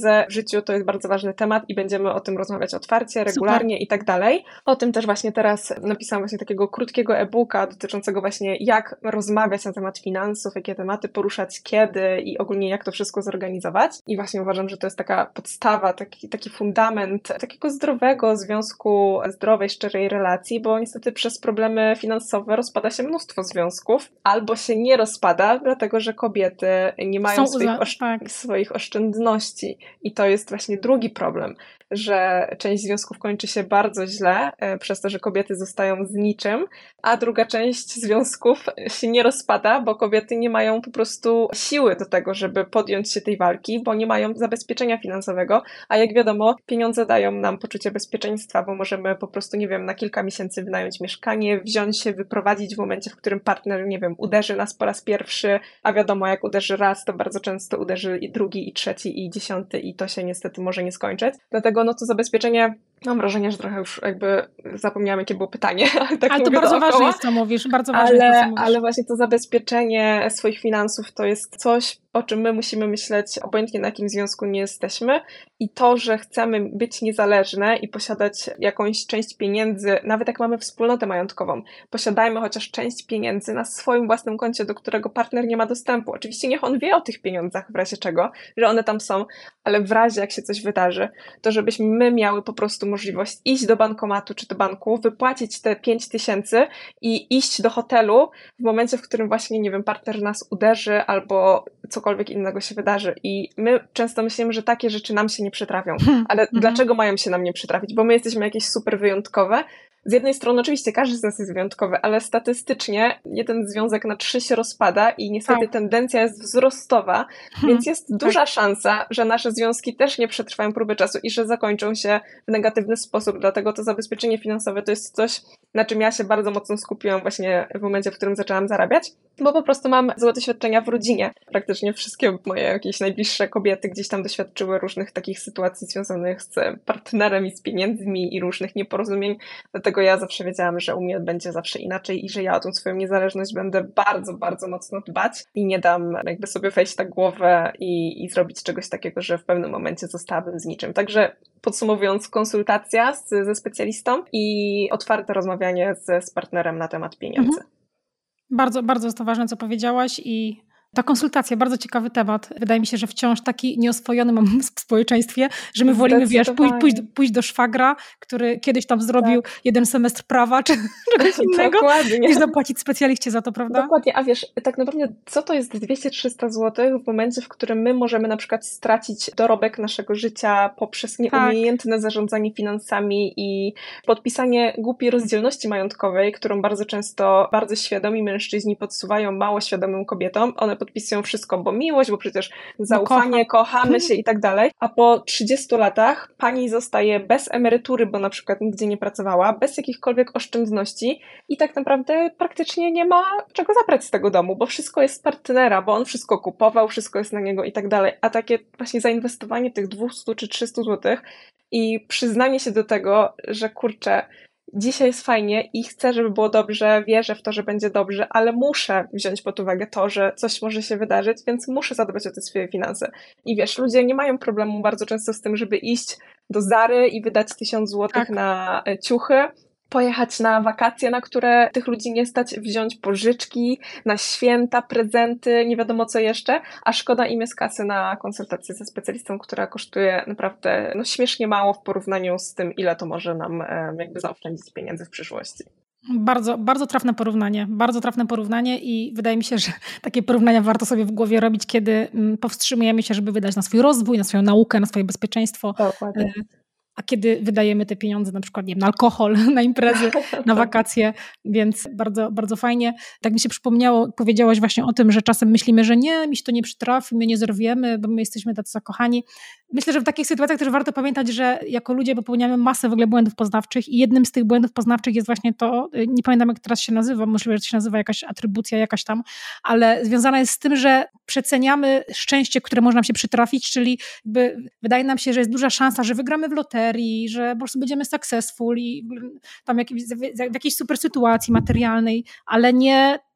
życiu to jest bardzo ważny temat i będziemy o tym rozmawiać otwarcie, regularnie Super. I tak dalej. O tym też właśnie teraz napisałam właśnie takiego krótkiego e-booka dotyczącego właśnie jak rozmawiać na temat finansów, jakie tematy poruszać, kiedy i ogólnie jak to wszystko zorganizować. I właśnie uważam, że to jest taka podstawa, taki, taki fundament takiego zdrowego związku, zdrowej, szczerej relacji, bo niestety przez problemy finansowe rozpada się mnóstwo związków, albo się nie rozpada, dlatego że kobiety nie mają swoich, osz- tak. swoich oszczędności. I to jest właśnie drugi problem, że część związków kończy się bardzo źle e, przez to, że kobiety zostają z niczym, a druga część związków się nie rozpada, bo kobiety nie mają po prostu siły do tego, żeby podjąć się tej walki, bo nie mają zabezpieczenia finansowego, a jak wiadomo, pieniądze dają nam poczucie bezpieczeństwa, bo możemy po prostu, nie wiem, na kilka miesięcy wynająć mieszkanie, wziąć się, wyprowadzić w momencie, w którym partner, nie wiem, uderzy nas po raz pierwszy, a wiadomo, jak uderzy raz, to bardzo często uderzy i drugi, i trzeci, i dziesiąty i to się niestety może nie skończyć. Dlatego no to zabezpieczenie, mam wrażenie, że trochę już jakby zapomniałam, jakie było pytanie. Ale, tak ale to bardzo ważne jest, co mówisz, bardzo ważne ale, jest, co mówisz. Ale właśnie to zabezpieczenie swoich finansów to jest coś, o czym my musimy myśleć, obojętnie na jakim związku nie jesteśmy, i to, że chcemy być niezależne i posiadać jakąś część pieniędzy, nawet jak mamy wspólnotę majątkową, posiadajmy chociaż część pieniędzy na swoim własnym koncie, do którego partner nie ma dostępu. Oczywiście niech on wie o tych pieniądzach w razie czego, że one tam są, ale w razie jak się coś wydarzy, to żebyśmy my miały po prostu możliwość iść do bankomatu czy do banku, wypłacić te pięć tysięcy i iść do hotelu w momencie, w którym właśnie, nie wiem, partner nas uderzy albo cokolwiek innego się wydarzy. I my często myślimy, że takie rzeczy nam się nie przytrafią. Ale hmm. dlaczego mają się nam nie przytrafić? Bo my jesteśmy jakieś super wyjątkowe. Z jednej strony oczywiście każdy z nas jest wyjątkowy, ale statystycznie jeden związek na trzy się rozpada i niestety tak. tendencja jest wzrostowa, hmm. więc jest duża tak. szansa, że nasze związki też nie przetrwają próby czasu i że zakończą się w negatywny sposób. Dlatego to zabezpieczenie finansowe to jest coś, na czym ja się bardzo mocno skupiłam właśnie w momencie, w którym zaczęłam zarabiać, bo po prostu mam złe doświadczenia w rodzinie. Praktycznie wszystkie moje jakieś najbliższe kobiety gdzieś tam doświadczyły różnych takich sytuacji związanych z partnerem i z pieniędzmi i różnych nieporozumień. Dlatego ja zawsze wiedziałam, że u mnie będzie zawsze inaczej i że ja o tą swoją niezależność będę bardzo, bardzo mocno dbać i nie dam jakby sobie wejść na głowę i, i zrobić czegoś takiego, że w pewnym momencie zostałabym z niczym. Także podsumowując, konsultacja z, ze specjalistą i otwarte rozmawianie z, z partnerem na temat pieniędzy. Mhm. Bardzo, bardzo jest to ważne, co powiedziałaś, i ta konsultacja, bardzo ciekawy temat. Wydaje mi się, że wciąż taki nieoswojony mam w społeczeństwie, że my wolimy, wiesz, pójść, pójść, pójść do szwagra, który kiedyś tam zrobił tak. jeden semestr prawa, czy czegoś innego, Dokładnie. niż zapłacić specjaliście za to, prawda? Dokładnie, a wiesz, tak naprawdę co to jest dwieście trzysta złotych w momencie, w którym my możemy na przykład stracić dorobek naszego życia poprzez nieumiejętne tak. zarządzanie finansami i podpisanie głupiej rozdzielności majątkowej, którą bardzo często bardzo świadomi mężczyźni podsuwają mało świadomym kobietom. One podpisują wszystko, bo miłość, bo przecież zaufanie, kocha. kochamy się i tak dalej. A po trzydziestu latach pani zostaje bez emerytury, bo na przykład nigdzie nie pracowała, bez jakichkolwiek oszczędności i tak naprawdę praktycznie nie ma czego zabrać z tego domu, bo wszystko jest z partnera, bo on wszystko kupował, wszystko jest na niego i tak dalej. A takie właśnie zainwestowanie tych dwieście czy trzysta złotych i przyznanie się do tego, że kurczę, dzisiaj jest fajnie i chcę, żeby było dobrze, wierzę w to, że będzie dobrze, ale muszę wziąć pod uwagę to, że coś może się wydarzyć, więc muszę zadbać o te swoje finanse. I wiesz, ludzie nie mają problemu bardzo często z tym, żeby iść do Zary i wydać tysiąc złotych tak. na ciuchy, pojechać na wakacje, na które tych ludzi nie stać, wziąć pożyczki, na święta, prezenty, nie wiadomo co jeszcze, a szkoda im jest kasy na konsultację ze specjalistą, która kosztuje naprawdę no, śmiesznie mało w porównaniu z tym, ile to może nam e, jakby zaoszczędzić pieniędzy w przyszłości. Bardzo, bardzo trafne porównanie, bardzo trafne porównanie i wydaje mi się, że takie porównania warto sobie w głowie robić, kiedy powstrzymujemy się, żeby wydać na swój rozwój, na swoją naukę, na swoje bezpieczeństwo. Dokładnie. A kiedy wydajemy te pieniądze na przykład nie wiem, na alkohol, na imprezy, na wakacje, więc bardzo, bardzo fajnie. Tak mi się przypomniało, powiedziałaś właśnie o tym, że czasem myślimy, że nie, mi się to nie przytrafi, my nie zerwiemy, bo my jesteśmy tacy zakochani. Myślę, że w takich sytuacjach też warto pamiętać, że jako ludzie popełniamy masę w ogóle błędów poznawczych i jednym z tych błędów poznawczych jest właśnie to, nie pamiętam jak teraz się nazywa, możliwe, że to się nazywa jakaś atrybucja jakaś tam, ale związana jest z tym, że przeceniamy szczęście, które może nam się przytrafić, czyli jakby wydaje nam się, że jest duża szansa, że wygramy w loterii, że po prostu będziemy successful i tam w jakiejś super sytuacji materialnej, ale nie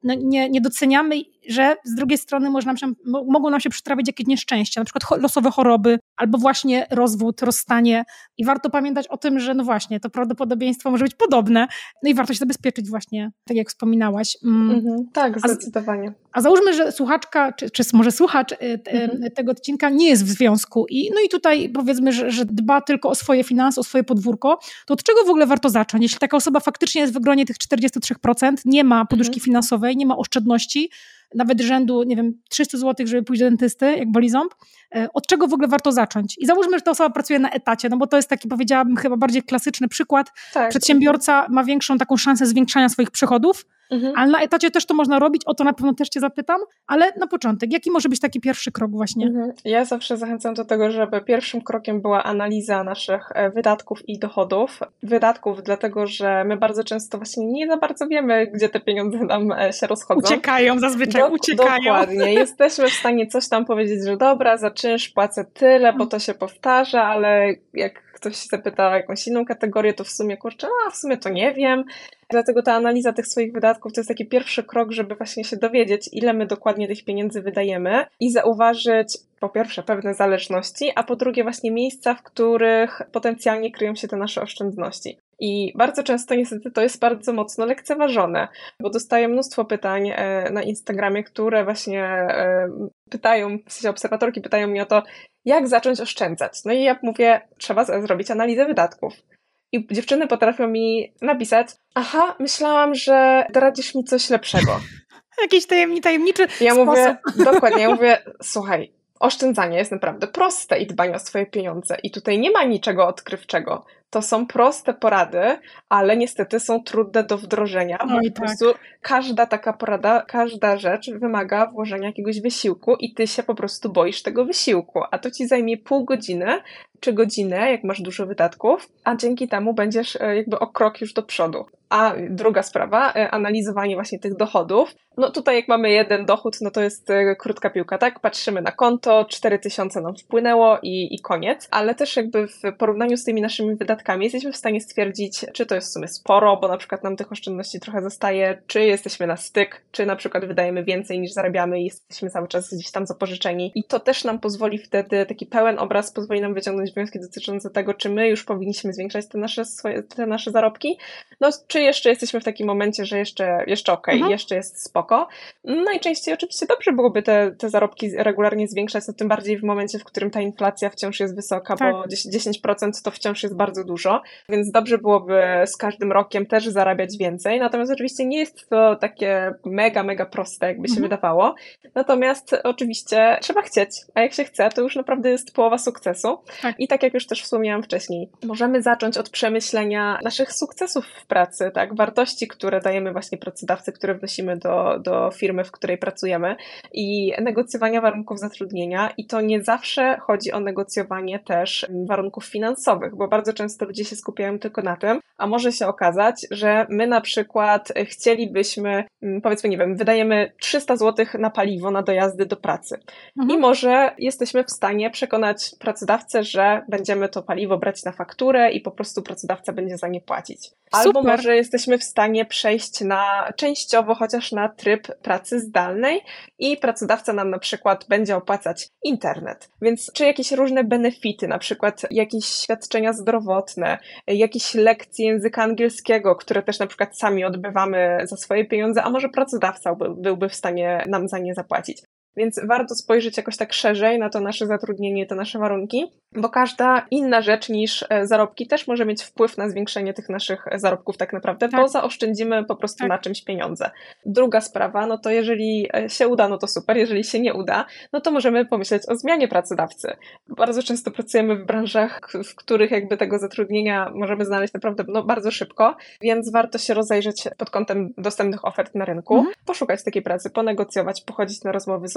no, nie, nie doceniamy, że z drugiej strony można, mogą nam się przytrafić jakieś nieszczęścia, na przykład losowe choroby, albo właśnie rozwód, rozstanie i warto pamiętać o tym, że no właśnie, to prawdopodobieństwo może być podobne, no i warto się zabezpieczyć właśnie, tak jak wspominałaś. Mhm, tak, zdecydowanie. A, a załóżmy, że słuchaczka, czy, czy może słuchacz mhm. tego odcinka nie jest w związku i no i tutaj powiedzmy, że, że dba tylko o swoje finanse, o swoje podwórko, to od czego w ogóle warto zacząć? Jeśli taka osoba faktycznie jest w gronie tych czterdzieści trzy procent, nie ma poduszki mhm. finansowej, nie ma oszczędności, nawet rzędu, nie wiem, trzysta złotych, żeby pójść do dentysty, jak boli ząb, od czego w ogóle warto zacząć? I załóżmy, że ta osoba pracuje na etacie, no bo to jest taki, powiedziałabym, chyba bardziej klasyczny przykład. Tak. Przedsiębiorca ma większą taką szansę zwiększania swoich przychodów, mhm. ale na etacie też to można robić, o to na pewno też cię zapytam, ale na początek, jaki może być taki pierwszy krok właśnie? Mhm. Ja zawsze zachęcam do tego, żeby pierwszym krokiem była analiza naszych wydatków i dochodów. Wydatków dlatego, że my bardzo często właśnie nie za bardzo wiemy, gdzie te pieniądze nam się rozchodzą. Uciekają zazwyczaj, Do, uciekają. Dokładnie. Jesteśmy w stanie coś tam powiedzieć, że dobra, za czynsz płacę tyle, bo to się powtarza, ale jak ktoś się zapyta o jakąś inną kategorię, to w sumie, kurczę, a w sumie to nie wiem. Dlatego ta analiza tych swoich wydatków to jest taki pierwszy krok, żeby właśnie się dowiedzieć, ile my dokładnie tych pieniędzy wydajemy i zauważyć po pierwsze pewne zależności, a po drugie właśnie miejsca, w których potencjalnie kryją się te nasze oszczędności. I bardzo często niestety to jest bardzo mocno lekceważone, bo dostaję mnóstwo pytań na Instagramie, które właśnie pytają, w sensie obserwatorki pytają mnie o to, jak zacząć oszczędzać. No i ja mówię, trzeba zrobić analizę wydatków. I dziewczyny potrafią mi napisać, aha, myślałam, że doradzisz mi coś lepszego. Jakiś tajemniczy, tajemniczy ja sposób. Mówię, dokładnie, ja mówię, słuchaj, oszczędzanie jest naprawdę proste i dbanie o swoje pieniądze i tutaj nie ma niczego odkrywczego. To są proste porady, ale niestety są trudne do wdrożenia, bo Oj, po prostu tak. każda taka porada, każda rzecz wymaga włożenia jakiegoś wysiłku i ty się po prostu boisz tego wysiłku, a to ci zajmie pół godziny czy godzinę, jak masz dużo wydatków, a dzięki temu będziesz jakby o krok już do przodu. A druga sprawa, analizowanie właśnie tych dochodów. No tutaj jak mamy jeden dochód, no to jest krótka piłka, tak? Patrzymy na konto, cztery tysiące nam wpłynęło i, i koniec, ale też jakby w porównaniu z tymi naszymi wydatkami jesteśmy w stanie stwierdzić, czy to jest w sumie sporo, bo na przykład nam tych oszczędności trochę zostaje, czy jesteśmy na styk, czy na przykład wydajemy więcej niż zarabiamy i jesteśmy cały czas gdzieś tam zapożyczeni. I to też nam pozwoli wtedy, taki pełen obraz pozwoli nam wyciągnąć wnioski dotyczące tego, czy my już powinniśmy zwiększać te nasze, swoje, te nasze zarobki, no czy jeszcze jesteśmy w takim momencie, że jeszcze, jeszcze okej, okay, jeszcze jest spoko. Najczęściej oczywiście dobrze byłoby te, te zarobki regularnie zwiększać, no tym bardziej w momencie, w którym ta inflacja wciąż jest wysoka, tak. bo dziesięć procent to wciąż jest bardzo dużo, więc dobrze byłoby z każdym rokiem też zarabiać więcej, natomiast oczywiście nie jest to takie mega, mega proste, jakby się mhm. wydawało, natomiast oczywiście trzeba chcieć, a jak się chce, to już naprawdę jest połowa sukcesu. Tak. I tak jak już też wspomniałam wcześniej, możemy zacząć od przemyślenia naszych sukcesów w pracy, tak, wartości, które dajemy właśnie pracodawcy, które wnosimy do, do firmy, w której pracujemy i negocjowania warunków zatrudnienia i to nie zawsze chodzi o negocjowanie też warunków finansowych, bo bardzo często ludzie się skupiają tylko na tym, a może się okazać, że my na przykład chcielibyśmy, powiedzmy, nie wiem, wydajemy trzysta złotych na paliwo na dojazdy do pracy mhm. i może jesteśmy w stanie przekonać pracodawcę, że będziemy to paliwo brać na fakturę i po prostu pracodawca będzie za nie płacić. Albo Super. może jesteśmy w stanie przejść na częściowo chociaż na tryb pracy zdalnej i pracodawca nam na przykład będzie opłacać internet. Więc czy jakieś różne benefity, na przykład jakieś świadczenia zdrowotne, jakieś lekcje języka angielskiego, które też na przykład sami odbywamy za swoje pieniądze, a może pracodawca by, byłby w stanie nam za nie zapłacić. Więc warto spojrzeć jakoś tak szerzej na to nasze zatrudnienie, te nasze warunki, bo każda inna rzecz niż zarobki też może mieć wpływ na zwiększenie tych naszych zarobków tak naprawdę, tak. bo zaoszczędzimy po prostu tak. na czymś pieniądze. Druga sprawa, no to jeżeli się uda, no to super, jeżeli się nie uda, no to możemy pomyśleć o zmianie pracodawcy. Bardzo często pracujemy w branżach, w których jakby tego zatrudnienia możemy znaleźć naprawdę no, bardzo szybko, więc warto się rozejrzeć pod kątem dostępnych ofert na rynku, mhm. poszukać takiej pracy, ponegocjować, pochodzić na rozmowy, zobaczyć,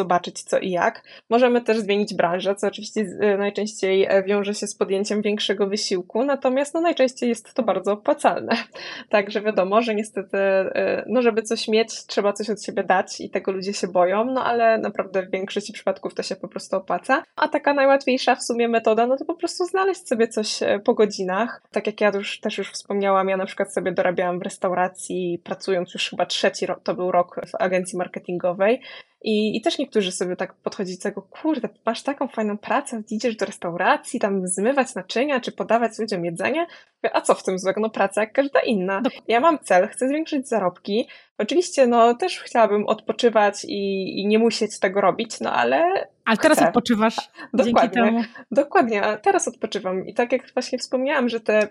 zobaczyć co i jak. Możemy też zmienić branżę, co oczywiście najczęściej wiąże się z podjęciem większego wysiłku, natomiast no najczęściej jest to bardzo opłacalne. Także wiadomo, że niestety, no żeby coś mieć, trzeba coś od siebie dać i tego ludzie się boją, no ale naprawdę w większości przypadków to się po prostu opłaca. A taka najłatwiejsza w sumie metoda, no to po prostu znaleźć sobie coś po godzinach. Tak jak ja już, też już wspomniałam, ja na przykład sobie dorabiałam w restauracji, pracując już chyba trzeci rok, to był rok w agencji marketingowej. I, I też niektórzy sobie tak podchodzili do tego, kurde, masz taką fajną pracę, idziesz do restauracji, tam zmywać naczynia, czy podawać ludziom jedzenie. A co w tym złego? No praca jak każda inna. Ja mam cel, chcę zwiększyć zarobki. Oczywiście, no też chciałabym odpoczywać i, i nie musieć tego robić, no ale... Ale teraz chcę. odpoczywasz Dokładnie, dzięki temu. Dokładnie, a teraz odpoczywam. I tak jak właśnie wspomniałam, że te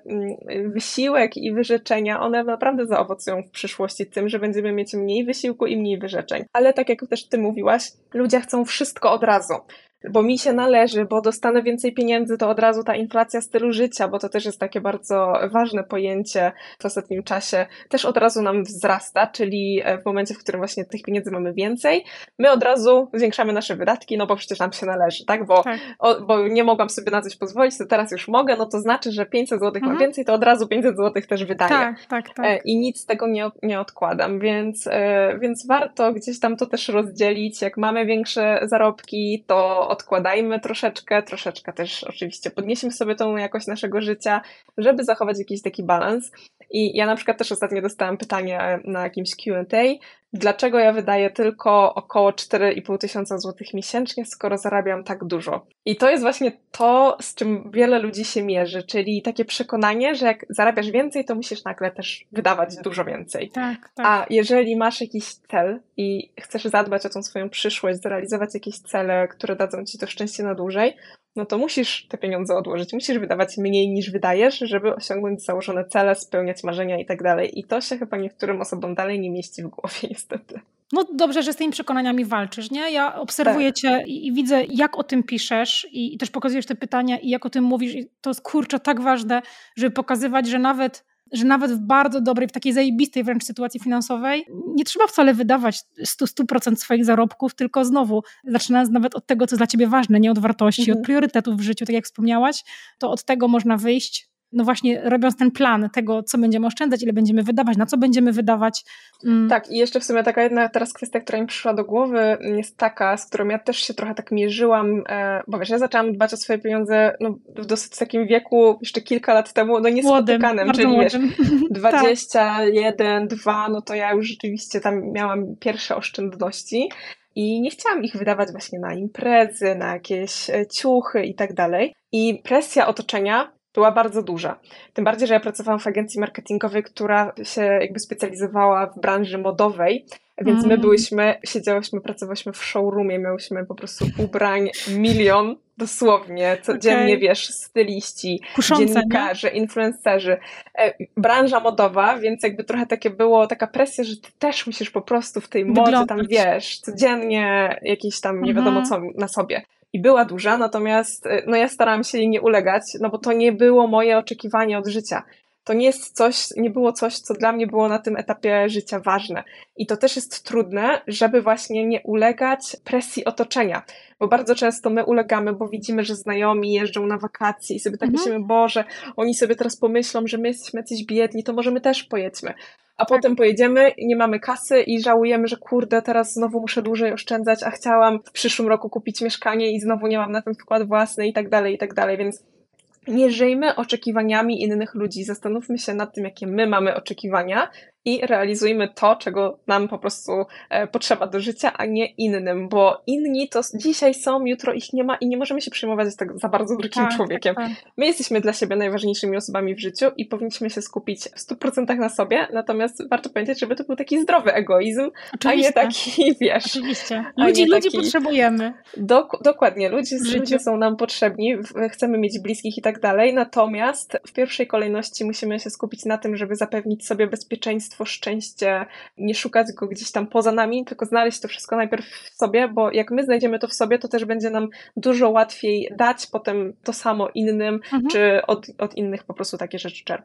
wysiłek i wyrzeczenia, one naprawdę zaowocują w przyszłości tym, że będziemy mieć mniej wysiłku i mniej wyrzeczeń. Ale tak jak też ty mówiłaś, ludzie chcą wszystko od razu. Bo mi się należy, bo dostanę więcej pieniędzy, to od razu ta inflacja stylu życia, bo to też jest takie bardzo ważne pojęcie w ostatnim czasie, też od razu nam wzrasta, czyli w momencie, w którym właśnie tych pieniędzy mamy więcej, my od razu zwiększamy nasze wydatki, no bo przecież nam się należy, tak? Bo, tak. O, bo nie mogłam sobie na coś pozwolić, to teraz już mogę, no to znaczy, że pięćset złotych mhm. mam więcej, to od razu pięćset złotych też wydaję. Tak, tak, tak. I nic z tego nie, nie odkładam, więc, więc warto gdzieś tam to też rozdzielić. Jak mamy większe zarobki, to odkładajmy troszeczkę, troszeczkę też oczywiście podnieśmy sobie tą jakość naszego życia, żeby zachować jakiś taki balans. I ja na przykład też ostatnio dostałam pytanie na jakimś Q and A, dlaczego ja wydaję tylko około cztery i pół tysiąca złotych miesięcznie, skoro zarabiam tak dużo. I to jest właśnie to, z czym wiele ludzi się mierzy, czyli takie przekonanie, że jak zarabiasz więcej, to musisz nagle też wydawać dużo więcej. Tak, tak. A jeżeli masz jakiś cel i chcesz zadbać o tą swoją przyszłość, zrealizować jakieś cele, które dadzą ci to szczęście na dłużej, no to musisz te pieniądze odłożyć, musisz wydawać mniej niż wydajesz, żeby osiągnąć założone cele, spełniać marzenia i tak dalej. I to się chyba niektórym osobom dalej nie mieści w głowie niestety. No dobrze, że z tymi przekonaniami walczysz, nie? Ja obserwuję tak. Cię i, i widzę, jak o tym piszesz i, i też pokazujesz te pytania i jak o tym mówisz. I to jest, kurczę, tak ważne, żeby pokazywać, że nawet że nawet w bardzo dobrej, w takiej zajebistej wręcz sytuacji finansowej nie trzeba wcale wydawać sto procent swoich zarobków, tylko znowu, zaczynając nawet od tego, co jest dla ciebie ważne, nie od wartości, mhm. od priorytetów w życiu, tak jak wspomniałaś, to od tego można wyjść, no właśnie robiąc ten plan tego, co będziemy oszczędzać, ile będziemy wydawać, na co będziemy wydawać. Mm. Tak, i jeszcze w sumie taka jedna teraz kwestia, która mi przyszła do głowy, jest taka, z którą ja też się trochę tak mierzyłam, bo wiesz, ja zaczęłam dbać o swoje pieniądze no, w dosyć takim wieku, jeszcze kilka lat temu, no niespotykanym, czyli młodym. Wiesz, dwadzieścia jeden, dwa, no to ja już rzeczywiście tam miałam pierwsze oszczędności. I nie chciałam ich wydawać właśnie na imprezy, na jakieś ciuchy i tak dalej. I presja otoczenia była bardzo duża. Tym bardziej, że ja pracowałam w agencji marketingowej, która się jakby specjalizowała w branży modowej, więc mm. my byłyśmy, siedziałyśmy, pracowałyśmy w showroomie, miałyśmy po prostu ubrań milion, dosłownie, codziennie, okay. wiesz, styliści, Kuszące, dziennikarze, nie? influencerzy, e, branża modowa, więc jakby trochę takie było, taka presja, że ty też musisz po prostu w tej modzie tam, wiesz, codziennie jakieś tam nie wiadomo co na sobie. I była duża, natomiast no ja starałam się jej nie ulegać, no bo to nie było moje oczekiwanie od życia. To nie jest coś, nie było coś, co dla mnie było na tym etapie życia ważne. I to też jest trudne, żeby właśnie nie ulegać presji otoczenia. Bo bardzo często my ulegamy, bo widzimy, że znajomi jeżdżą na wakacje i sobie tak mhm. myślimy, Boże, oni sobie teraz pomyślą, że my jesteśmy jacyś biedni, to może my też pojedźmy. A tak. potem pojedziemy, nie mamy kasy i żałujemy, że kurde, teraz znowu muszę dłużej oszczędzać, a chciałam w przyszłym roku kupić mieszkanie i znowu nie mam na ten wkład własny i tak dalej, i tak dalej, więc nie żyjmy oczekiwaniami innych ludzi, zastanówmy się nad tym, jakie my mamy oczekiwania i realizujmy to, czego nam po prostu e, potrzeba do życia, a nie innym, bo inni to dzisiaj są, jutro ich nie ma i nie możemy się przejmować tak za bardzo drugim tak, człowiekiem. Tak, tak. My jesteśmy dla siebie najważniejszymi osobami w życiu i powinniśmy się skupić w stu procentach na sobie, natomiast warto pamiętać, żeby to był taki zdrowy egoizm, Oczywiście. a nie taki, wiesz... Oczywiście. Ludzi, ludzi taki... potrzebujemy. Dok- dokładnie, ludzie, ludzie są nam potrzebni, chcemy mieć bliskich i tak dalej, natomiast w pierwszej kolejności musimy się skupić na tym, żeby zapewnić sobie bezpieczeństwo, szczęście, nie szukać go gdzieś tam poza nami, tylko znaleźć to wszystko najpierw w sobie, bo jak my znajdziemy to w sobie, to też będzie nam dużo łatwiej dać potem to samo innym, mhm. czy od, od innych po prostu takie rzeczy czerpać.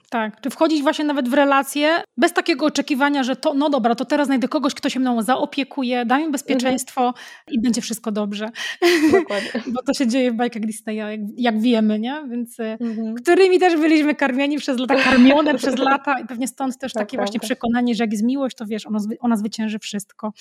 Tak, czy wchodzić właśnie nawet w relacje bez takiego oczekiwania, że to, no dobra, to teraz znajdę kogoś, kto się mną zaopiekuje, da mi bezpieczeństwo mhm. i będzie wszystko dobrze. Dokładnie. Bo to się dzieje w bajkach Disneya, jak, jak wiemy, nie? Więc mhm. którymi też byliśmy karmieni przez lata, karmione przez lata i pewnie stąd też tak, takie prawda. Właśnie przekonanie, że jak jest miłość, to wiesz, ona, ona zwycięży wszystko.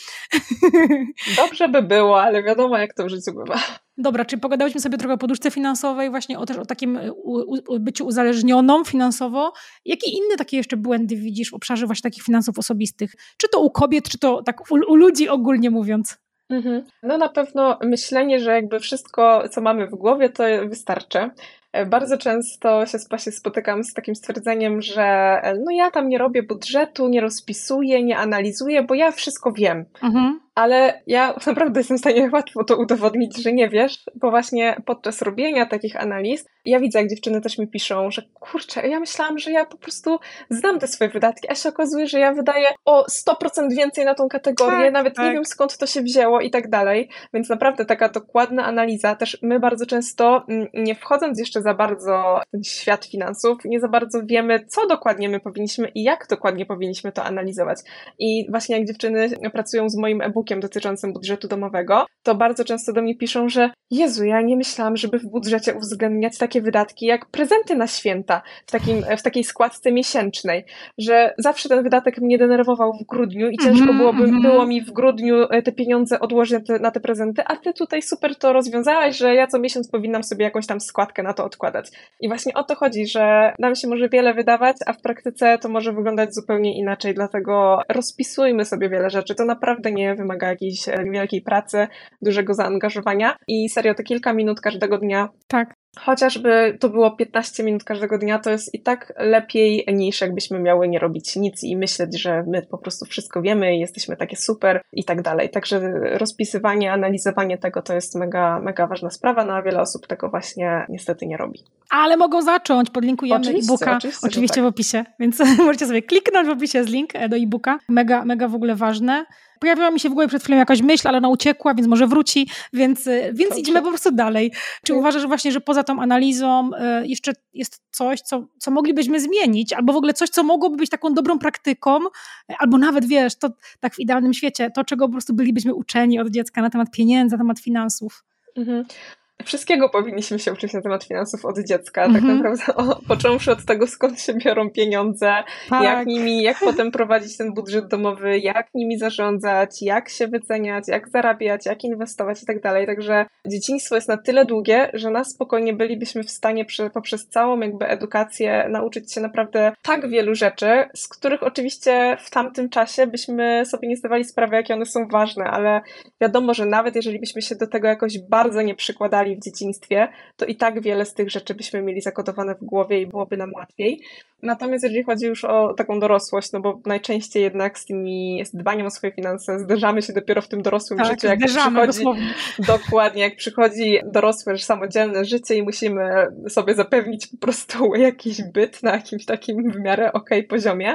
Dobrze by było, ale wiadomo, jak to w życiu bywa. Dobra, czyli pogadałyśmy sobie trochę o poduszce finansowej, właśnie o, też o takim u, u, byciu uzależnioną finansowo. Jakie inne takie jeszcze błędy widzisz w obszarze właśnie takich finansów osobistych? Czy to u kobiet, czy to tak u, u ludzi ogólnie mówiąc? Mhm. No na pewno myślenie, że jakby wszystko, co mamy w głowie, to wystarczy. Bardzo często się właśnie spotykam z takim stwierdzeniem, że no ja tam nie robię budżetu, nie rozpisuję, nie analizuję, bo ja wszystko wiem. Mhm. Ale ja naprawdę jestem w stanie łatwo to udowodnić, że nie wiesz, bo właśnie podczas robienia takich analiz ja widzę, jak dziewczyny też mi piszą, że kurczę, ja myślałam, że ja po prostu znam te swoje wydatki, a się okazuje, że ja wydaję o sto procent więcej na tą kategorię, tak, nawet tak. nie wiem skąd to się wzięło i tak dalej, więc naprawdę taka dokładna analiza, też my bardzo często, nie wchodząc jeszcze za bardzo w ten świat finansów, nie za bardzo wiemy, co dokładnie my powinniśmy i jak dokładnie powinniśmy to analizować. I właśnie jak dziewczyny pracują z moim e-bookiem dotyczącym budżetu domowego, to bardzo często do mnie piszą, że Jezu, ja nie myślałam, żeby w budżecie uwzględniać takie wydatki jak prezenty na święta w, takim, w takiej składce miesięcznej, że zawsze ten wydatek mnie denerwował w grudniu i ciężko byłoby, mm-hmm. było mi w grudniu te pieniądze odłożyć na te, na te prezenty, a ty tutaj super to rozwiązałaś, że ja co miesiąc powinnam sobie jakąś tam składkę na to odkładać. I właśnie o to chodzi, że nam się może wiele wydawać, a w praktyce to może wyglądać zupełnie inaczej, dlatego rozpisujmy sobie wiele rzeczy. To naprawdę nie wymaga jakiejś wielkiej pracy, dużego zaangażowania i serio to kilka minut każdego dnia. Tak. Chociażby to było piętnaście minut każdego dnia, to jest i tak lepiej niż jakbyśmy miały nie robić nic i myśleć, że my po prostu wszystko wiemy, jesteśmy takie super i tak dalej. Także rozpisywanie, analizowanie tego to jest mega, mega ważna sprawa, no a wiele osób tego właśnie niestety nie robi. Ale mogą zacząć, podlinkujemy e-booka oczywiście, oczywiście tak. w opisie, więc możecie sobie kliknąć w opisie, jest link do e-booka. Mega, mega w ogóle ważne. Pojawiła mi się w głowie przed chwilą jakaś myśl, ale ona uciekła, więc może wróci, więc, więc idziemy po prostu dalej. Czy uważasz właśnie, że poza tą analizą y, jeszcze jest coś, co, co moglibyśmy zmienić, albo w ogóle coś, co mogłoby być taką dobrą praktyką, albo nawet wiesz, to tak w idealnym świecie, to czego po prostu bylibyśmy uczeni od dziecka na temat pieniędzy, na temat finansów? Mhm. Wszystkiego powinniśmy się uczyć na temat finansów od dziecka, mm-hmm. tak naprawdę o, począwszy od tego, skąd się biorą pieniądze, tak. jak nimi, jak potem prowadzić ten budżet domowy, jak nimi zarządzać, jak się wyceniać, jak zarabiać, jak inwestować i tak dalej. Także dzieciństwo jest na tyle długie, że nas spokojnie bylibyśmy w stanie przy, poprzez całą jakby edukację nauczyć się naprawdę tak wielu rzeczy, z których oczywiście w tamtym czasie byśmy sobie nie zdawali sprawy, jakie one są ważne, ale wiadomo, że nawet jeżeli byśmy się do tego jakoś bardzo nie przykładali w dzieciństwie, to i tak wiele z tych rzeczy byśmy mieli zakodowane w głowie i byłoby nam łatwiej. Natomiast jeżeli chodzi już o taką dorosłość, no bo najczęściej jednak z tymi z dbaniem o swoje finanse zderzamy się dopiero w tym dorosłym tak, życiu, jak zderzamy, przychodzi dokładnie, jak przychodzi dorosłe, samodzielne życie i musimy sobie zapewnić po prostu jakiś byt na jakimś takim w miarę okej poziomie.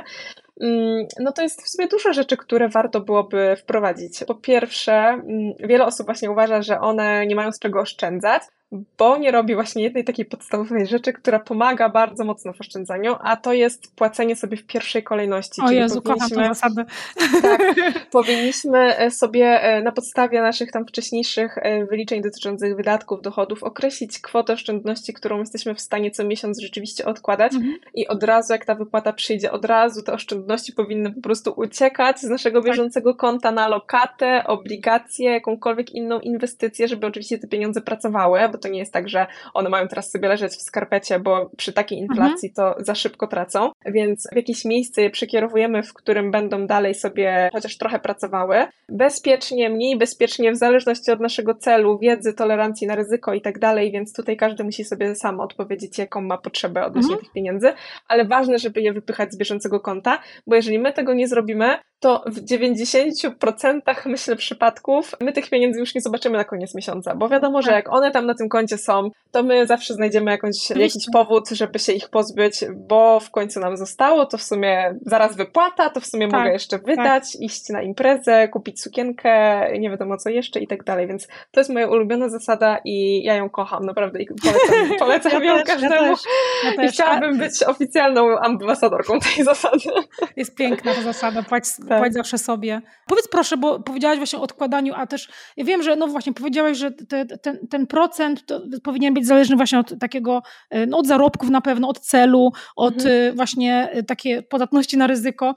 No to jest w sumie dużo rzeczy, które warto byłoby wprowadzić. Po pierwsze, wiele osób właśnie uważa, że one nie mają z czego oszczędzać, bo nie robi właśnie jednej takiej podstawowej rzeczy, która pomaga bardzo mocno w oszczędzaniu, a to jest płacenie sobie w pierwszej kolejności. O Jezu, kocham tę zasadę. Tak, powinniśmy sobie na podstawie naszych tam wcześniejszych wyliczeń dotyczących wydatków, dochodów określić kwotę oszczędności, którą jesteśmy w stanie co miesiąc rzeczywiście odkładać mhm. i od razu jak ta wypłata przyjdzie, od razu te oszczędności powinny po prostu uciekać z naszego bieżącego konta na lokatę, obligacje, jakąkolwiek inną inwestycję, żeby oczywiście te pieniądze pracowały, bo to nie jest tak, że one mają teraz sobie leżeć w skarpecie, bo przy takiej inflacji mhm. to za szybko tracą, więc w jakieś miejsce je przekierowujemy, w którym będą dalej sobie chociaż trochę pracowały. Bezpiecznie, mniej bezpiecznie, w zależności od naszego celu, wiedzy, tolerancji na ryzyko i tak dalej, więc tutaj każdy musi sobie sam odpowiedzieć, jaką ma potrzebę odnośnie mhm. tych pieniędzy, ale ważne, żeby je wypychać z bieżącego konta, bo jeżeli my tego nie zrobimy, to w dziewięćdziesięciu procentach myślę przypadków my tych pieniędzy już nie zobaczymy na koniec miesiąca, bo wiadomo, że jak one tam na tym koncie są, to my zawsze znajdziemy jakąś, jakiś powód, żeby się ich pozbyć, bo w końcu nam zostało, to w sumie zaraz wypłata, to w sumie tak, mogę jeszcze wydać, tak. iść na imprezę, kupić sukienkę, nie wiadomo co jeszcze i tak dalej, więc to jest moja ulubiona zasada i ja ją kocham, naprawdę i polecam, polecam ja ją też, każdemu ja też, ja też. I chciałabym być oficjalną ambasadorką tej zasady. Jest piękna ta zasada, płać, tak. płać zawsze sobie. Powiedz proszę, bo powiedziałaś właśnie o odkładaniu, a też ja wiem, że no właśnie powiedziałaś, że te, ten, ten procent to powinien być zależny właśnie od takiego, no od zarobków na pewno, od celu, od mhm. właśnie takiej podatności na ryzyko.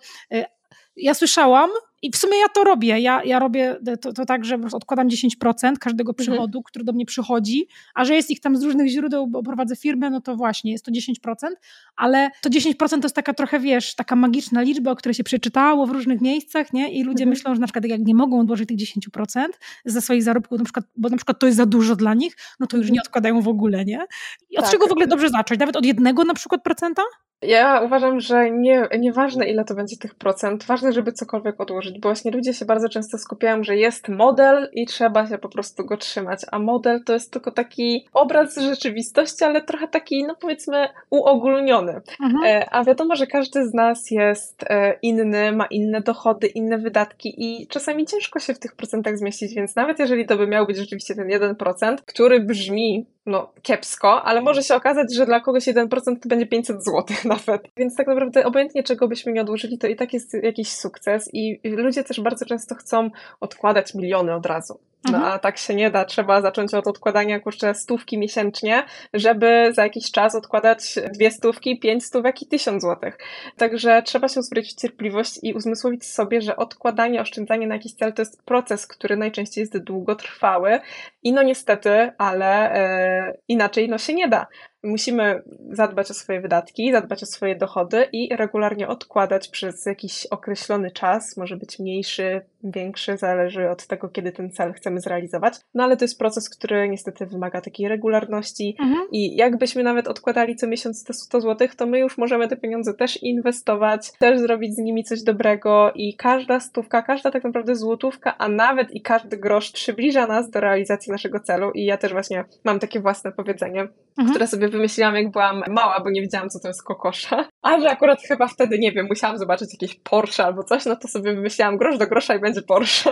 Ja słyszałam i w sumie ja to robię. Ja, ja robię to, to tak, że odkładam dziesięć procent każdego przychodu, mhm. który do mnie przychodzi, a że jest ich tam z różnych źródeł, bo prowadzę firmę, no to właśnie jest to dziesięć procent, ale to dziesięć procent to jest taka trochę, wiesz, taka magiczna liczba, o której się przeczytało w różnych miejscach, nie? I ludzie mhm. myślą, że na przykład jak nie mogą odłożyć tych dziesięć procent ze swoich zarobków, na przykład, bo na przykład to jest za dużo dla nich, no to już nie odkładają w ogóle, nie? I od tak. czego w ogóle dobrze zacząć? Nawet od jednego na przykład procenta? Ja uważam, że nie, nieważne ile to będzie tych procent, ważne, żeby cokolwiek odłożyć, bo właśnie ludzie się bardzo często skupiają, że jest model i trzeba się po prostu go trzymać, a model to jest tylko taki obraz rzeczywistości, ale trochę taki, no powiedzmy, uogólniony. Mhm. A wiadomo, że każdy z nas jest inny, ma inne dochody, inne wydatki i czasami ciężko się w tych procentach zmieścić, więc nawet jeżeli to by miał być rzeczywiście ten jeden procent, który brzmi no kiepsko, ale może się okazać, że dla kogoś jeden procent to będzie pięćset złotych nawet. Więc tak naprawdę obojętnie czego byśmy nie odłożyli, to i tak jest jakiś sukces i ludzie też bardzo często chcą odkładać miliony od razu. No mhm. a tak się nie da, trzeba zacząć od odkładania kurczę stówki miesięcznie, żeby za jakiś czas odkładać dwie stówki, pięć stówek i tysiąc złotych. Także trzeba się uzbroić w cierpliwość i uzmysłowić sobie, że odkładanie, oszczędzanie na jakiś cel to jest proces, który najczęściej jest długotrwały i no niestety, ale e, inaczej no się nie da. Musimy zadbać o swoje wydatki, zadbać o swoje dochody i regularnie odkładać przez jakiś określony czas, może być mniejszy, większy, zależy od tego, kiedy ten cel chcemy zrealizować. No ale to jest proces, który niestety wymaga takiej regularności mhm. i jakbyśmy nawet odkładali co miesiąc te sto złotych, to my już możemy te pieniądze też inwestować, też zrobić z nimi coś dobrego i każda stówka, każda tak naprawdę złotówka, a nawet i każdy grosz przybliża nas do realizacji naszego celu i ja też właśnie mam takie własne powiedzenie, mhm. które sobie wymyśliłam, jak byłam mała, bo nie wiedziałam, co to jest kokosza. A że akurat chyba wtedy, nie wiem, musiałam zobaczyć jakieś Porsche albo coś, no to sobie wymyśliłam grosz do grosza i będzie Porsche.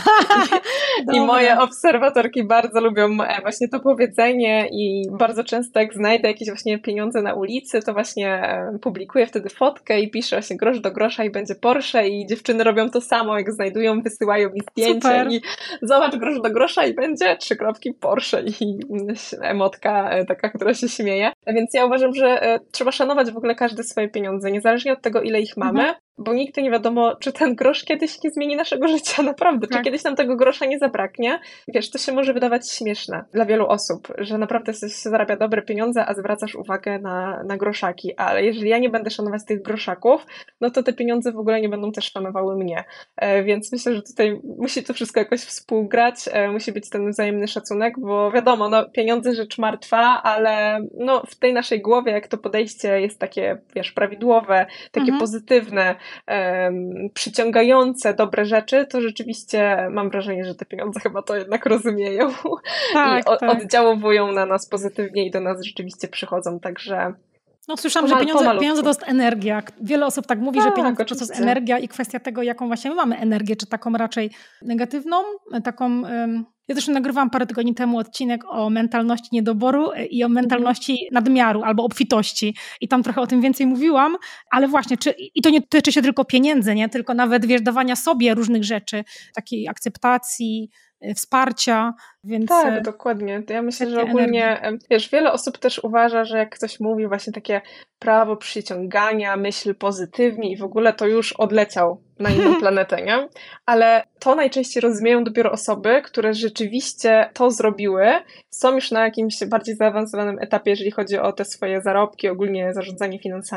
I, I moje obserwatorki bardzo lubią właśnie to powiedzenie i bardzo często jak znajdę jakieś właśnie pieniądze na ulicy, to właśnie publikuję wtedy fotkę i piszę właśnie grosz do grosza i będzie Porsche i dziewczyny robią to samo, jak znajdują, wysyłają mi zdjęcie Super. I zobacz grosz do grosza i będzie trzy kropki Porsche i emotka taka, która się śmieje. Więc ja uważam, że e, trzeba szanować w ogóle każde swoje pieniądze, niezależnie od tego, ile ich mamy, mhm. bo nigdy nie wiadomo, czy ten grosz kiedyś nie zmieni naszego życia, naprawdę, tak. czy kiedyś nam tego grosza nie zabraknie. Wiesz, to się może wydawać śmieszne dla wielu osób, że naprawdę się zarabia dobre pieniądze, a zwracasz uwagę na, na groszaki, ale jeżeli ja nie będę szanować tych groszaków, no to te pieniądze w ogóle nie będą też szanowały mnie. E, więc myślę, że tutaj musi to wszystko jakoś współgrać, e, musi być ten wzajemny szacunek, bo wiadomo, no pieniądze rzecz martwa, ale no w tej naszej głowie, jak to podejście jest takie, wiesz, prawidłowe, takie mhm. pozytywne, um, przyciągające dobre rzeczy, to rzeczywiście mam wrażenie, że te pieniądze chyba to jednak rozumieją tak, i o, tak. oddziałowują na nas pozytywnie i do nas rzeczywiście przychodzą, także no słyszałam, że pieniądze, pieniądze to jest energia. Wiele osób tak mówi, tak, że pieniądze to jest energia i kwestia tego, jaką właśnie my mamy energię, czy taką raczej negatywną, taką... Um, ja zresztą nagrywałam parę tygodni temu odcinek o mentalności niedoboru i o mentalności mhm. nadmiaru albo obfitości i tam trochę o tym więcej mówiłam, ale właśnie, czy, i to nie tyczy się tylko pieniędzy, nie? Tylko nawet wiesz, dawania sobie różnych rzeczy, takiej akceptacji, wsparcia, więc... Tak, dokładnie. Ja myślę, że ogólnie, energii. Wiesz, wiele osób też uważa, że jak ktoś mówi właśnie takie prawo przyciągania, myśl pozytywnie i w ogóle to już odleciał na inną planetę, nie? Ale to najczęściej rozumieją dopiero osoby, które rzeczywiście to zrobiły, są już na jakimś bardziej zaawansowanym etapie, jeżeli chodzi o te swoje zarobki, ogólnie zarządzanie finansami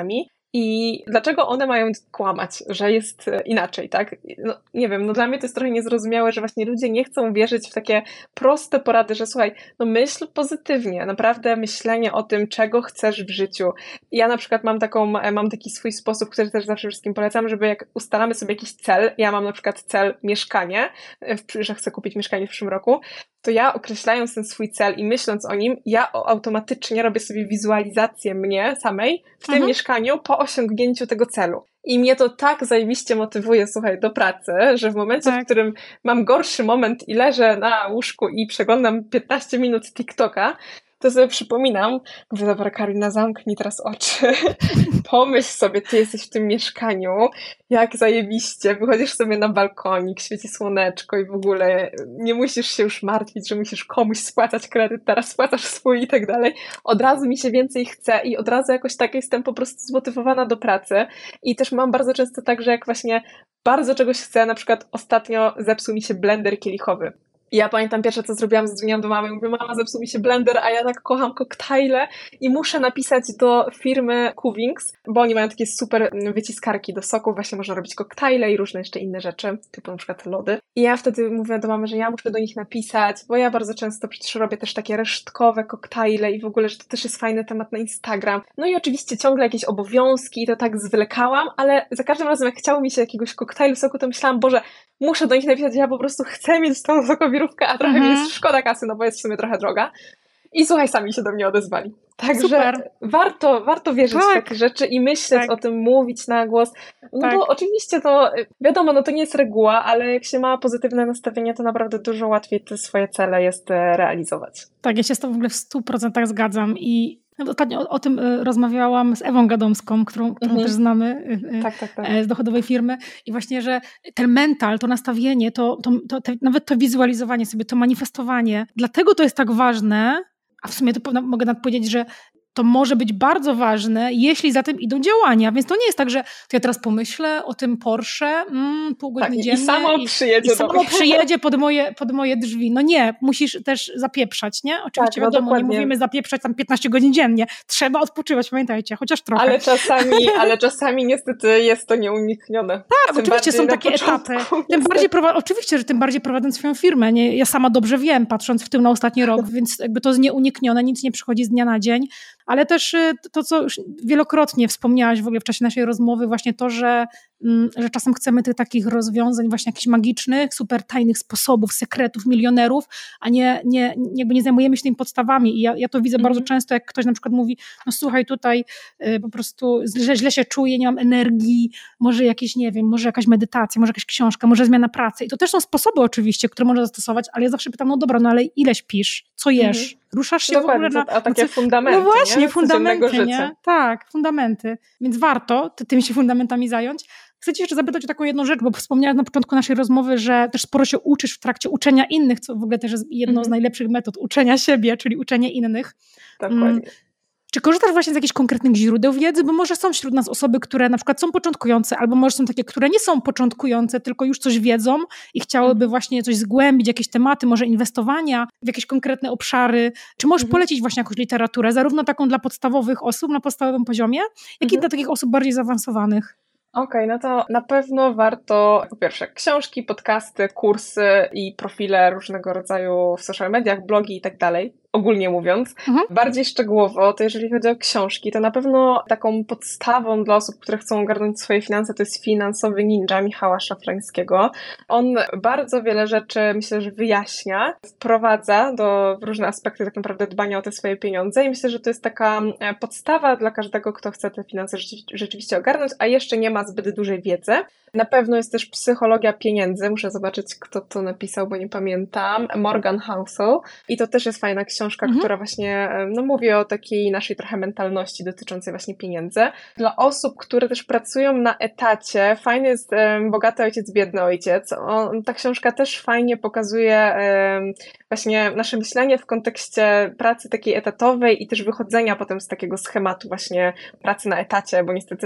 I dlaczego one mają kłamać, że jest inaczej, tak? No, nie wiem, no dla mnie to jest trochę niezrozumiałe, że właśnie ludzie nie chcą wierzyć w takie proste porady, że słuchaj, no myśl pozytywnie, naprawdę myślenie o tym, czego chcesz w życiu. Ja na przykład mam taką, mam taki swój sposób, który też zawsze wszystkim polecam, żeby jak ustalamy sobie jakiś cel, ja mam na przykład cel mieszkanie, że chcę kupić mieszkanie w przyszłym roku, to ja określając ten swój cel i myśląc o nim, ja automatycznie robię sobie wizualizację mnie samej w tym mhm. mieszkaniu po osiągnięciu tego celu. I mnie to tak zajebiście motywuje, słuchaj, do pracy, że w momencie, tak. w którym mam gorszy moment i leżę na łóżku i przeglądam piętnaście minut TikToka, to sobie przypominam, mówię, dobra, Karolina, zamknij teraz oczy, pomyśl sobie, ty jesteś w tym mieszkaniu, jak zajebiście, wychodzisz sobie na balkonik, świeci słoneczko i w ogóle nie musisz się już martwić, że musisz komuś spłacać kredyt, teraz spłacasz swój i tak dalej. Od razu mi się więcej chce i od razu jakoś tak jestem po prostu zmotywowana do pracy i też mam bardzo często tak, że jak właśnie bardzo czegoś chcę, na przykład ostatnio zepsuł mi się blender kielichowy. I ja pamiętam pierwsze, co zrobiłam, zadzwoniłam do mamy i mówię, mama, zepsuł mi się blender, a ja tak kocham koktajle i muszę napisać do firmy Cuvings, bo oni mają takie super wyciskarki do soków, właśnie można robić koktajle i różne jeszcze inne rzeczy, typu na przykład lody. I ja wtedy mówię do mamy, że ja muszę do nich napisać, bo ja bardzo często przecież robię też takie resztkowe koktajle i w ogóle, że to też jest fajny temat na Instagram. No i oczywiście ciągle jakieś obowiązki i to tak zwlekałam, ale za każdym razem, jak chciało mi się jakiegoś koktajlu soku, to myślałam, Boże, muszę do nich napisać, ja po prostu chcę mieć tą sokowirówkę, a trochę mhm. mi jest szkoda kasy, no bo jest w sumie trochę droga. I słuchaj, sami się do mnie odezwali. Także Super. warto, warto wierzyć tak. w takie rzeczy i myśleć tak. o tym, mówić na głos. No tak. bo oczywiście to, wiadomo, no to nie jest reguła, ale jak się ma pozytywne nastawienie, to naprawdę dużo łatwiej te swoje cele jest realizować. Tak, ja się z tobą w ogóle w stu procentach zgadzam i ostatnio o, o tym rozmawiałam z Ewą Gadomską, którą, którą mhm. też znamy tak, tak, tak. z dochodowej firmy i właśnie, że ten mental, to nastawienie, to, to, to, to nawet to wizualizowanie sobie, to manifestowanie, dlatego to jest tak ważne, a w sumie to mogę nawet powiedzieć, że to może być bardzo ważne, jeśli za tym idą działania. Więc to nie jest tak, że to ja teraz pomyślę o tym Porsche mm, pół godziny tak, dziennie i samo i, przyjedzie, i samo przyjedzie pod moje, pod moje drzwi. No nie, musisz też zapieprzać, nie? Oczywiście tak, wiadomo, no nie mówimy zapieprzać tam piętnaście godzin dziennie. Trzeba odpoczywać, pamiętajcie, chociaż trochę. Ale czasami, ale czasami niestety jest to nieuniknione. Tak, tym oczywiście są takie etapy. Tym bardziej prowa- oczywiście, że tym bardziej prowadząc swoją firmę. Nie? Ja sama dobrze wiem, patrząc w tym na ostatni rok, więc jakby to jest nieuniknione, nic nie przychodzi z dnia na dzień. Ale też to, co już wielokrotnie wspomniałaś w ogóle w czasie naszej rozmowy, właśnie to, że, że czasem chcemy tych takich rozwiązań właśnie jakichś magicznych, super tajnych sposobów, sekretów, milionerów, a nie, nie, jakby nie zajmujemy się tymi podstawami. I ja, ja to widzę mm. bardzo często, jak ktoś na przykład mówi, no słuchaj, tutaj y, po prostu źle, źle się czuję, nie mam energii, może jakieś, nie wiem, może jakaś medytacja, może jakaś książka, może zmiana pracy. I to też są sposoby oczywiście, które można zastosować, ale ja zawsze pytam, no dobra, no ale ile śpisz? Co jesz? Mm. Ruszasz się Dokładnie, w ogóle na... A takie no, fundamenty, No właśnie, nie? fundamenty, nie? Tak, fundamenty. Więc warto tymi się fundamentami zająć. Chcę cię jeszcze zapytać o taką jedną rzecz, bo wspomniałaś na początku naszej rozmowy, że też sporo się uczysz w trakcie uczenia innych, co w ogóle też jest jedną mm-hmm. z najlepszych metod uczenia siebie, czyli uczenie innych. Dokładnie. Mm. Czy korzystasz właśnie z jakichś konkretnych źródeł wiedzy? Bo może są wśród nas osoby, które na przykład są początkujące, albo może są takie, które nie są początkujące, tylko już coś wiedzą i chciałyby właśnie coś zgłębić, jakieś tematy, może inwestowania w jakieś konkretne obszary. Czy możesz mhm. polecić właśnie jakąś literaturę, zarówno taką dla podstawowych osób na podstawowym poziomie, jak mhm. i dla takich osób bardziej zaawansowanych? Okej, okay, no to na pewno warto po pierwsze książki, podcasty, kursy i profile różnego rodzaju w social mediach, blogi i tak dalej. Ogólnie mówiąc, mhm. bardziej szczegółowo, to jeżeli chodzi o książki, to na pewno taką podstawą dla osób, które chcą ogarnąć swoje finanse, to jest Finansowy Ninja Michała Szafrańskiego. On bardzo wiele rzeczy, myślę, że wyjaśnia, wprowadza do w różne aspekty tak naprawdę dbania o te swoje pieniądze i myślę, że to jest taka podstawa dla każdego, kto chce te finanse rzeczywiście ogarnąć, a jeszcze nie ma zbyt dużej wiedzy. Na pewno jest też Psychologia Pieniędzy, muszę zobaczyć, kto to napisał, bo nie pamiętam, Morgan Housel i to też jest fajna książka, mhm. która właśnie no, mówi o takiej naszej trochę mentalności dotyczącej właśnie pieniędzy. Dla osób, które też pracują na etacie, fajny jest um, Bogaty Ojciec, Biedny Ojciec. On, ta książka też fajnie pokazuje um, właśnie nasze myślenie w kontekście pracy takiej etatowej i też wychodzenia potem z takiego schematu właśnie pracy na etacie, bo niestety no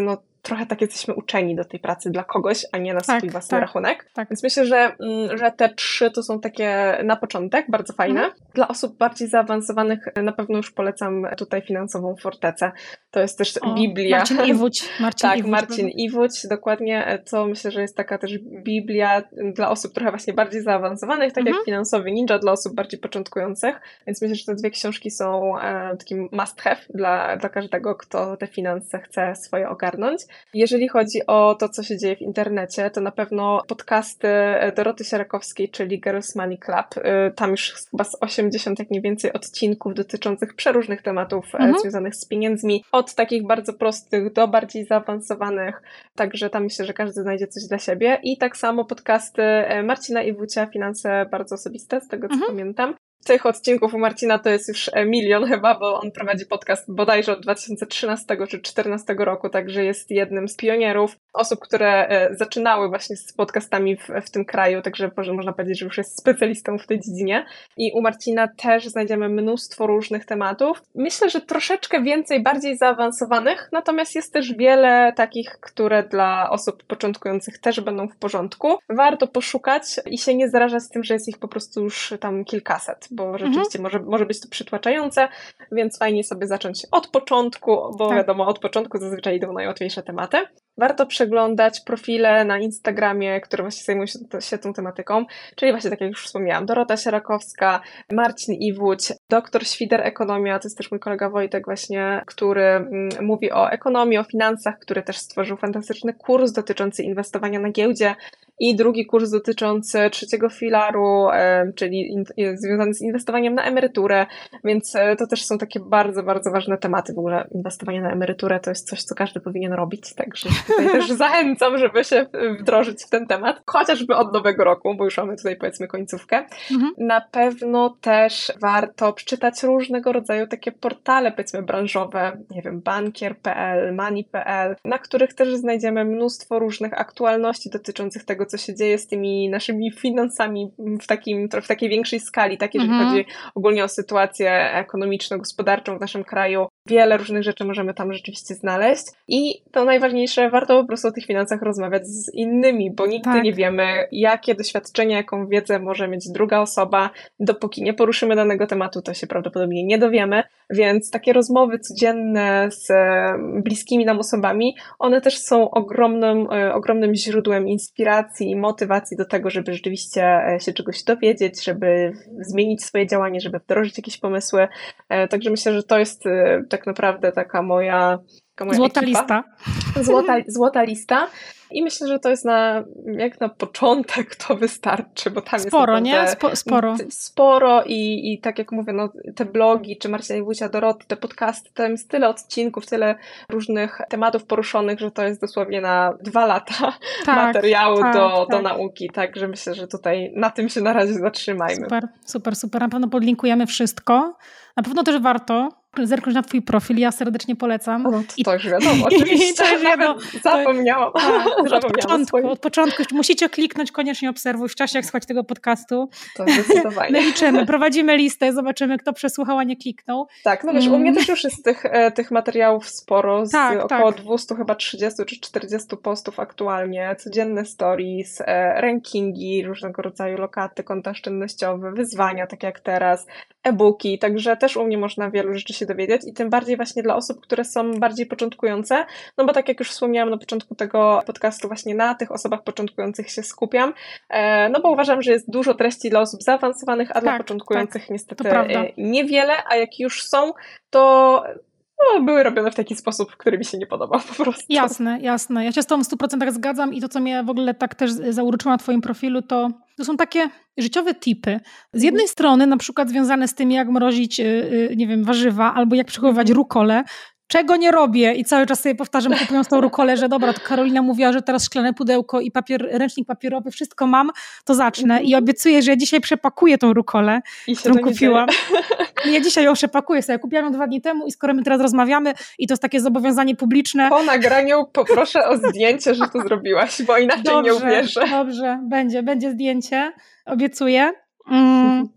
trochę tak jesteśmy uczeni do tej pracy dla kogoś, a nie na swój tak, własny tak, rachunek. Tak. Więc myślę, że, że te trzy to są takie na początek bardzo fajne. Mhm. Dla osób bardziej zaawansowanych na pewno już polecam tutaj Finansową Fortecę. To jest też o, Biblia. Marcin Iwódź. Marcin tak, Iwódź, Marcin Iwódź, dokładnie, co myślę, że jest taka też Biblia dla osób trochę właśnie bardziej zaawansowanych, tak mhm. jak Finansowy Ninja dla osób bardziej początkujących. Więc myślę, że te dwie książki są e, takim must have dla, dla każdego, kto te finanse chce swoje ogarnąć. Jeżeli chodzi o to, co się dzieje w internecie, to na pewno podcasty Doroty Sierakowskiej, czyli Girls Money Club. Tam już chyba z osiemdziesiąt, jak nie więcej, odcinków dotyczących przeróżnych tematów mhm. związanych z pieniędzmi. Od takich bardzo prostych do bardziej zaawansowanych. Także tam myślę, że każdy znajdzie coś dla siebie. I tak samo podcasty Marcina Iwócia, Finanse bardzo osobiste, z tego co mhm. pamiętam. Tych odcinków u Marcina to jest już milion chyba, bo on prowadzi podcast bodajże od dwa tysiące trzynastego czy dwa tysiące czternastego roku, także jest jednym z pionierów, osób, które zaczynały właśnie z podcastami w, w tym kraju, także można powiedzieć, że już jest specjalistą w tej dziedzinie. I u Marcina też znajdziemy mnóstwo różnych tematów. Myślę, że troszeczkę więcej, bardziej zaawansowanych, natomiast jest też wiele takich, które dla osób początkujących też będą w porządku. Warto poszukać i się nie zrażać z tym, że jest ich po prostu już tam kilkaset, bo rzeczywiście mhm. może, może być to przytłaczające, więc fajnie sobie zacząć od początku, bo tak. wiadomo, od początku zazwyczaj idą najłatwiejsze tematy. Warto przeglądać profile na Instagramie, które właśnie zajmują się, się tą tematyką, czyli właśnie tak jak już wspomniałam, Dorota Sierakowska, Marcin Iwódź, doktor Świder Ekonomia, to jest też mój kolega Wojtek właśnie, który mm, mówi o ekonomii, o finansach, który też stworzył fantastyczny kurs dotyczący inwestowania na giełdzie i drugi kurs dotyczący trzeciego filaru, e, czyli in, związany z inwestowaniem na emeryturę, więc e, to też są takie bardzo, bardzo ważne tematy. W ogóle inwestowanie na emeryturę to jest coś, co każdy powinien robić, także tutaj też zachęcam, żeby się wdrożyć w ten temat, chociażby od nowego roku, bo już mamy tutaj powiedzmy końcówkę. Mhm. Na pewno też warto przeczytać różnego rodzaju takie portale powiedzmy branżowe, nie wiem, bankier kropka p l, money kropka p l, na których też znajdziemy mnóstwo różnych aktualności dotyczących tego, co się dzieje z tymi naszymi finansami w, takim, w takiej większej skali, tak, jeżeli mhm. chodzi ogólnie o sytuację ekonomiczno-gospodarczą w naszym kraju. Wiele różnych rzeczy możemy tam rzeczywiście znaleźć i to najważniejsze, warto po prostu o tych finansach rozmawiać z innymi, bo nigdy tak. nie wiemy, jakie doświadczenie, jaką wiedzę może mieć druga osoba. Dopóki nie poruszymy danego tematu, to się prawdopodobnie nie dowiemy, więc takie rozmowy codzienne z bliskimi nam osobami, one też są ogromnym, ogromnym źródłem inspiracji i motywacji do tego, żeby rzeczywiście się czegoś dowiedzieć, żeby zmienić swoje działanie, żeby wdrożyć jakieś pomysły. Także myślę, że to jest tak naprawdę taka moja, taka moja złota ekipa. lista. Złota, złota lista. I myślę, że to jest na, jak na początek to wystarczy, bo tam sporo, jest nie? Spo, sporo. Sporo i, i tak jak mówię, no, te blogi, czy Marcina Iwódzia, Doroty, te podcasty, tam jest tyle odcinków, tyle różnych tematów poruszonych, że to jest dosłownie na dwa lata tak, materiału tak, do, tak. do nauki, także myślę, że tutaj na tym się na razie zatrzymajmy. Super, super, super. Na pewno podlinkujemy wszystko. Na pewno też warto zerknąć na twój profil, ja serdecznie polecam. No to, I, to już wiadomo, oczywiście. To wiadomo, zapomniałam. To, a, zapomniałam od, początku, od początku, musicie kliknąć, koniecznie obserwuj w czasie, jak słuchać tego podcastu. To zdecydowanie. My liczymy, prowadzimy listę, zobaczymy, kto przesłuchał, a nie kliknał. Tak, no wiesz, u mnie też już jest tych, tych materiałów sporo, z tak, około tak. dwieście, chyba trzydzieści czy czterdzieści postów aktualnie, codzienne stories, rankingi, różnego rodzaju lokaty, konta oszczędnościowe, wyzwania, tak jak teraz, e-booki, także też u mnie można wielu rzeczy się dowiedzieć i tym bardziej właśnie dla osób, które są bardziej początkujące, no bo tak jak już wspomniałam na początku tego podcastu, właśnie na tych osobach początkujących się skupiam, no bo uważam, że jest dużo treści dla osób zaawansowanych, a tak, dla początkujących tak, niestety niewiele, a jak już są, to no, były robione w taki sposób, który mi się nie podobał po prostu. Jasne, jasne. Ja się z tobą w stu procentach zgadzam i to, co mnie w ogóle tak też zauroczyło na twoim profilu, to, to są takie życiowe tipy. Z jednej mm. strony na przykład związane z tym, jak mrozić, yy, nie wiem, warzywa albo jak przechowywać mm. rukolę, czego nie robię i cały czas sobie powtarzam, kupując tą rukolę, że dobra, to Karolina mówiła, że teraz szklane pudełko i papier, ręcznik papierowy, wszystko mam, to zacznę mm. i obiecuję, że ja dzisiaj przepakuję tą rukolę, I którą kupiłam. Ja dzisiaj ją przepakuję sobie, kupiłam ją dwa dni temu i skoro my teraz rozmawiamy i to jest takie zobowiązanie publiczne. Po nagraniu poproszę o zdjęcie, że to zrobiłaś, bo inaczej dobrze, nie uwierzę. Dobrze, będzie, będzie zdjęcie, obiecuję. Mm.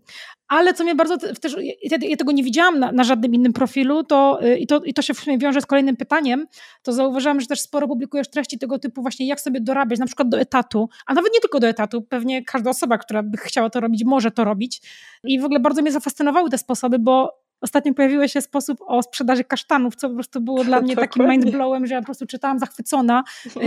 Ale co mnie bardzo też, ja, ja tego nie widziałam na, na żadnym innym profilu, to, i, to, i to się w sumie wiąże z kolejnym pytaniem, to zauważyłam, że też sporo publikujesz treści tego typu właśnie, jak sobie dorabiać, na przykład do etatu, a nawet nie tylko do etatu, pewnie każda osoba, która by chciała to robić, może to robić. I w ogóle bardzo mnie zafascynowały te sposoby, bo ostatnio pojawił się sposób o sprzedaży kasztanów, co po prostu było dla mnie takim mindblowem, że ja po prostu czytałam zachwycona.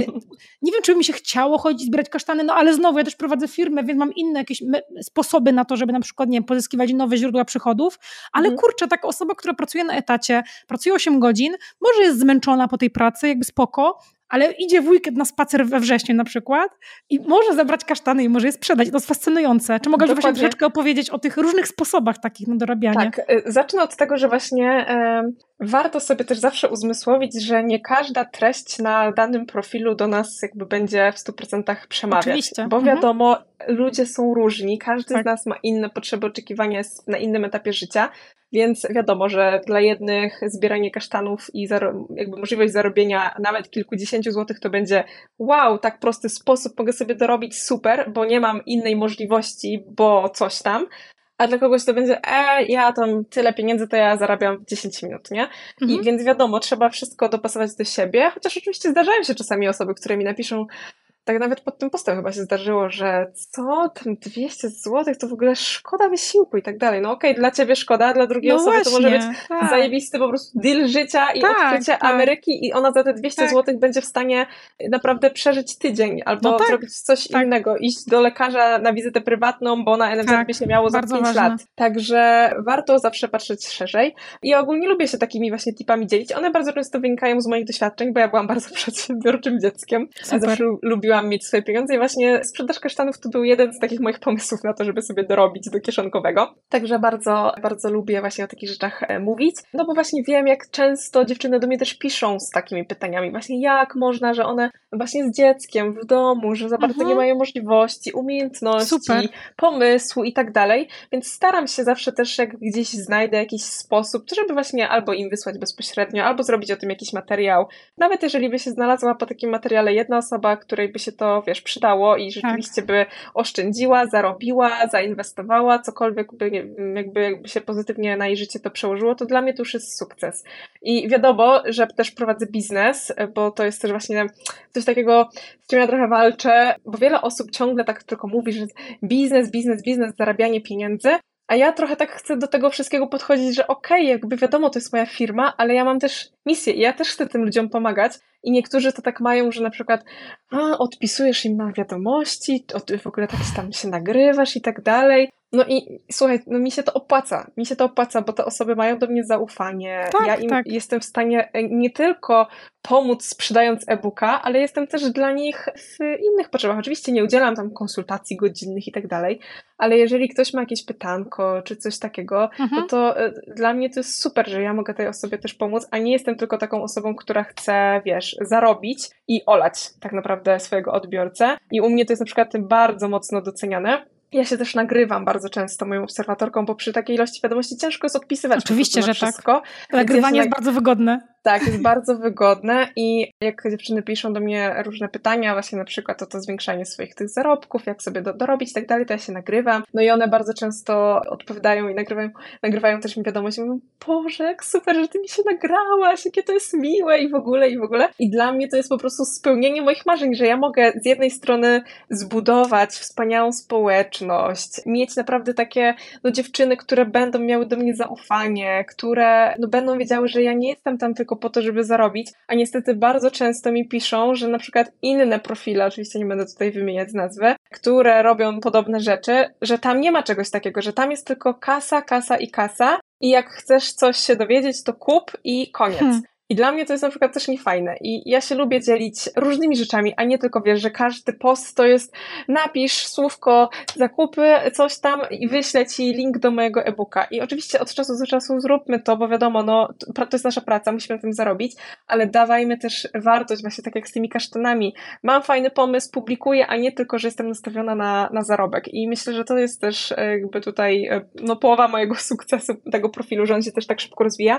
Nie wiem, czy by mi się chciało chodzić, zbierać kasztany, no ale znowu, ja też prowadzę firmę, więc mam inne jakieś sposoby na to, żeby na przykład, nie wiem, pozyskiwać nowe źródła przychodów, ale mhm. kurczę, taka osoba, która pracuje na etacie, pracuje osiem godzin, może jest zmęczona po tej pracy, jakby spoko, ale idzie w weekend na spacer we wrześniu na przykład i może zabrać kasztany i może je sprzedać. To jest fascynujące. Czy mogłaś Dokładnie. właśnie troszeczkę opowiedzieć o tych różnych sposobach takich na dorabianie? Tak, zacznę od tego, że właśnie y, warto sobie też zawsze uzmysłowić, że nie każda treść na danym profilu do nas jakby będzie w stu procentach przemawiać. Oczywiście. Bo mhm. wiadomo, ludzie są różni, każdy tak. z nas ma inne potrzeby, oczekiwania, jest na innym etapie życia. Więc wiadomo, że dla jednych zbieranie kasztanów i zaro- jakby możliwość zarobienia nawet kilkudziesięciu złotych to będzie wow, tak prosty sposób, mogę sobie dorobić, super, bo nie mam innej możliwości, bo coś tam. A dla kogoś to będzie, e, ja tam tyle pieniędzy, to ja zarabiam w dziesięć minut, nie? Mhm. I więc wiadomo, trzeba wszystko dopasować do siebie, chociaż oczywiście zdarzają się czasami osoby, które mi napiszą, tak nawet pod tym postem chyba się zdarzyło, że co, tam dwieście złotych, to w ogóle szkoda wysiłku i tak dalej. No okej, okay, dla ciebie szkoda, dla drugiej no osoby właśnie, to może być tak. zajebisty po prostu deal życia i tak, odkrycie tak. Ameryki i ona za te dwieście tak. złotych będzie w stanie naprawdę przeżyć tydzień albo no tak, zrobić coś tak. innego, iść do lekarza na wizytę prywatną, bo na N F Z tak, by się miało za pięć lat. Także warto zawsze patrzeć szerzej i ogólnie lubię się takimi właśnie tipami dzielić. One bardzo często wynikają z moich doświadczeń, bo ja byłam bardzo przedsiębiorczym dzieckiem. Ja zawsze lubiłam mieć swoje pieniądze i właśnie sprzedaż kasztanów to był jeden z takich moich pomysłów na to, żeby sobie dorobić do kieszonkowego. Także bardzo, bardzo lubię właśnie o takich rzeczach mówić. No bo właśnie wiem, jak często dziewczyny do mnie też piszą z takimi pytaniami. Właśnie jak można, że one właśnie z dzieckiem w domu, że za bardzo mhm. nie mają możliwości, umiejętności, Super. pomysłu i tak dalej. Więc staram się zawsze też, jak gdzieś znajdę jakiś sposób, to żeby właśnie albo im wysłać bezpośrednio, albo zrobić o tym jakiś materiał. Nawet jeżeli by się znalazła po takim materiale jedna osoba, której by się to, wiesz, przydało i rzeczywiście tak. by oszczędziła, zarobiła, zainwestowała, cokolwiek by, jakby, jakby się pozytywnie na jej życie to przełożyło, to dla mnie to już jest sukces. I wiadomo, że też prowadzę biznes, bo to jest też właśnie coś takiego, z czym ja trochę walczę, bo wiele osób ciągle tak tylko mówi, że biznes, biznes, biznes, zarabianie pieniędzy, a ja trochę tak chcę do tego wszystkiego podchodzić, że okej, okay, jakby wiadomo, to jest moja firma, ale ja mam też misję i ja też chcę tym ludziom pomagać. I niektórzy to tak mają, że na przykład a, odpisujesz im na wiadomości, od, w ogóle tak tam się nagrywasz i tak dalej. No i słuchaj, no mi się to opłaca. Mi się to opłaca, bo te osoby mają do mnie zaufanie. Tak, ja im tak. jestem w stanie nie tylko pomóc sprzedając e-booka, ale jestem też dla nich w innych potrzebach. Oczywiście nie udzielam tam konsultacji godzinnych i tak dalej, ale jeżeli ktoś ma jakieś pytanko czy coś takiego, mhm. no to y, dla mnie to jest super, że ja mogę tej osobie też pomóc, a nie jestem tylko taką osobą, która chce, wiesz, zarobić i olać tak naprawdę swojego odbiorcę. I u mnie to jest na przykład bardzo mocno doceniane. Ja się też nagrywam bardzo często moją obserwatorką, bo przy takiej ilości wiadomości ciężko jest odpisywać. Oczywiście, że wszystko. tak. Nagrywanie ja jest nag... bardzo wygodne. Tak, jest bardzo wygodne i jak dziewczyny piszą do mnie różne pytania, właśnie na przykład o to zwiększanie swoich tych zarobków, jak sobie do, dorobić i tak dalej, to ja się nagrywam. No i one bardzo często odpowiadają i nagrywają, nagrywają też mi wiadomość i mówią, Boże, jak super, że ty mi się nagrałaś, jakie to jest miłe i w ogóle, i w ogóle. I dla mnie to jest po prostu spełnienie moich marzeń, że ja mogę z jednej strony zbudować wspaniałą społeczność, mieć naprawdę takie no, dziewczyny, które będą miały do mnie zaufanie, które no, będą wiedziały, że ja nie jestem tam tylko po to, żeby zarobić, a niestety bardzo często mi piszą, że na przykład inne profile, oczywiście nie będę tutaj wymieniać nazwy, które robią podobne rzeczy, że tam nie ma czegoś takiego, że tam jest tylko kasa, kasa i kasa i jak chcesz coś się dowiedzieć, to kup i koniec. Hmm. I dla mnie to jest na przykład też niefajne i ja się lubię dzielić różnymi rzeczami, a nie tylko wiesz, że każdy post to jest napisz słówko zakupy, coś tam i wyślę ci link do mojego e-booka. I oczywiście od czasu do czasu zróbmy to, bo wiadomo, no to jest nasza praca, musimy na tym zarobić, ale dawajmy też wartość właśnie tak jak z tymi kasztanami. Mam fajny pomysł, publikuję, a nie tylko, że jestem nastawiona na, na zarobek. I myślę, że to jest też jakby tutaj no połowa mojego sukcesu tego profilu, że on się też tak szybko rozwija.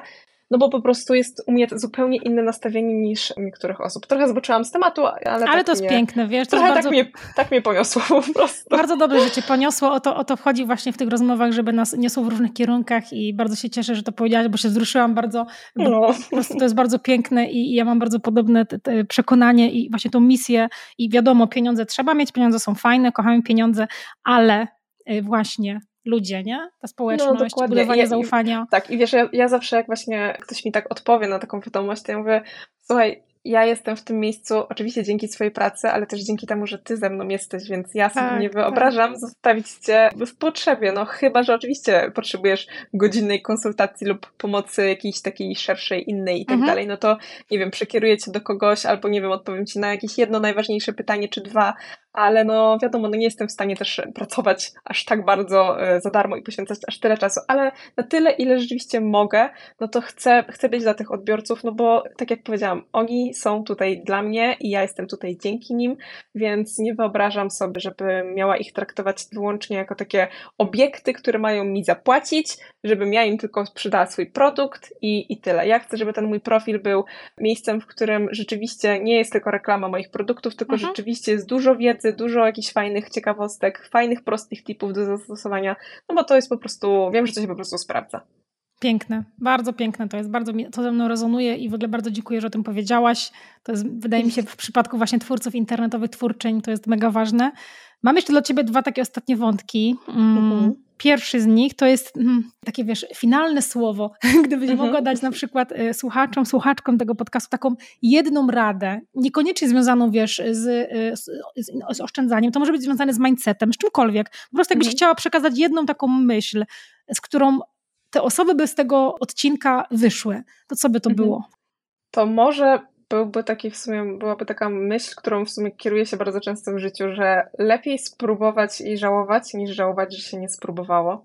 no bo po prostu jest u mnie zupełnie inne nastawienie niż u niektórych osób. Trochę zboczyłam z tematu, ale Ale tak to jest mnie, piękne, wiesz. To trochę jest tak, bardzo... mnie, tak mnie poniosło po prostu. Bardzo dobrze, że cię poniosło. O to, o to wchodzi właśnie w tych rozmowach, żeby nas niosło w różnych kierunkach i bardzo się cieszę, że to powiedziałaś, bo się wzruszyłam bardzo. Bo No. Po prostu to jest bardzo piękne i, i ja mam bardzo podobne te, te przekonanie i właśnie tą misję i wiadomo, pieniądze trzeba mieć, pieniądze są fajne, kochamy pieniądze, ale właśnie ludzie, nie? Ta społeczność, no, budowanie ja, zaufania. I, tak, i wiesz, ja, ja zawsze jak właśnie ktoś mi tak odpowie na taką wiadomość, to ja mówię, słuchaj, ja jestem w tym miejscu oczywiście dzięki swojej pracy, ale też dzięki temu, że ty ze mną jesteś, więc ja sobie Tak, nie wyobrażam tak. zostawić cię w potrzebie, no chyba, że oczywiście potrzebujesz godzinnej konsultacji lub pomocy jakiejś takiej szerszej, innej i tak Mhm. dalej, no to nie wiem, przekieruję cię do kogoś albo nie wiem, odpowiem ci na jakieś jedno najważniejsze pytanie czy dwa, ale no wiadomo, no nie jestem w stanie też pracować aż tak bardzo e, za darmo i poświęcać aż tyle czasu, ale na tyle, ile rzeczywiście mogę, no to chcę, chcę być dla tych odbiorców, no bo tak jak powiedziałam, oni są tutaj dla mnie i ja jestem tutaj dzięki nim, więc nie wyobrażam sobie, żeby miała ich traktować wyłącznie jako takie obiekty, które mają mi zapłacić, żebym ja im tylko sprzedała swój produkt i, i tyle. Ja chcę, żeby ten mój profil był miejscem, w którym rzeczywiście nie jest tylko reklama moich produktów, tylko Mhm. rzeczywiście jest dużo wiedzy, dużo jakichś fajnych ciekawostek, fajnych, prostych tipów do zastosowania, no bo to jest po prostu, wiem, że to się po prostu sprawdza. Piękne, bardzo piękne to jest, bardzo mi, to ze mną rezonuje i w ogóle bardzo dziękuję, że o tym powiedziałaś. To jest, wydaje mi się, w przypadku właśnie twórców internetowych, twórczyń, to jest mega ważne. Mam jeszcze dla ciebie dwa takie ostatnie wątki. Mm, mhm. Pierwszy z nich to jest mm, takie, wiesz, finalne słowo. Gdybyś mhm. mogła dać na przykład y, słuchaczom, słuchaczkom tego podcastu taką jedną radę, niekoniecznie związaną, wiesz, z, y, z, z, z oszczędzaniem, to może być związane z mindsetem, z czymkolwiek. Po prostu jakbyś mhm. chciała przekazać jedną taką myśl, z którą te osoby by z tego odcinka wyszły, to co by to mhm. było? To może byłby taki w sumie, byłaby taka myśl, którą w sumie kieruję się bardzo często w życiu, że lepiej spróbować i żałować, niż żałować, że się nie spróbowało.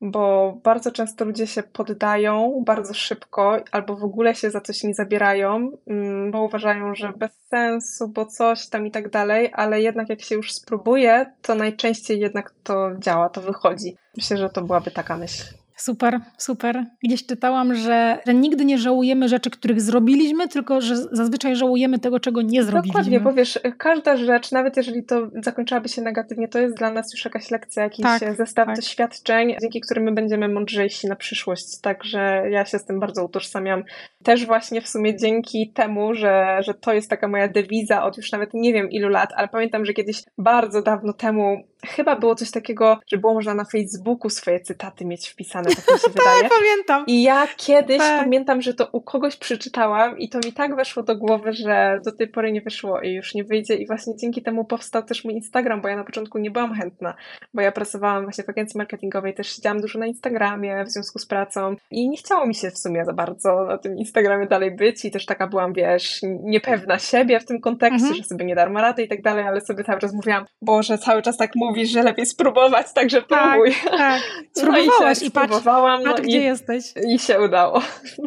Bo bardzo często ludzie się poddają bardzo szybko albo w ogóle się za coś nie zabierają, bo uważają, że bez sensu, bo coś tam i tak dalej, ale jednak jak się już spróbuje, to najczęściej jednak to działa, to wychodzi. Myślę, że to byłaby taka myśl. Super, super. Gdzieś czytałam, że, że nigdy nie żałujemy rzeczy, których zrobiliśmy, tylko że zazwyczaj żałujemy tego, czego nie zrobiliśmy. Dokładnie, bo wiesz, każda rzecz, nawet jeżeli to zakończyłaby się negatywnie, to jest dla nas już jakaś lekcja, jakiś tak, zestaw tak. doświadczeń, dzięki którym my będziemy mądrzejsi na przyszłość. Także ja się z tym bardzo utożsamiam. Też właśnie w sumie dzięki temu, że, że to jest taka moja dewiza od już nawet nie wiem ilu lat, ale pamiętam, że kiedyś bardzo dawno temu chyba było coś takiego, że było można na Facebooku swoje cytaty mieć wpisane, tak mi się wydaje. Tak, pamiętam. I ja kiedyś tak. pamiętam, że to u kogoś przeczytałam i to mi tak weszło do głowy, że do tej pory nie wyszło i już nie wyjdzie i właśnie dzięki temu powstał też mój Instagram, bo ja na początku nie byłam chętna, bo ja pracowałam właśnie w agencji marketingowej, też siedziałam dużo na Instagramie w związku z pracą i nie chciało mi się w sumie za bardzo na tym Instagramie dalej być i też taka byłam, wiesz, niepewna siebie w tym kontekście, mhm. że sobie nie dam rady i tak dalej, ale sobie cały czas mówiłam, Boże, cały czas tak mówisz, że lepiej spróbować, także próbuj. Tak, tak. Spróbowałaś no i, i patrz, spróbowałam, patrz no gdzie i, jesteś. I się udało.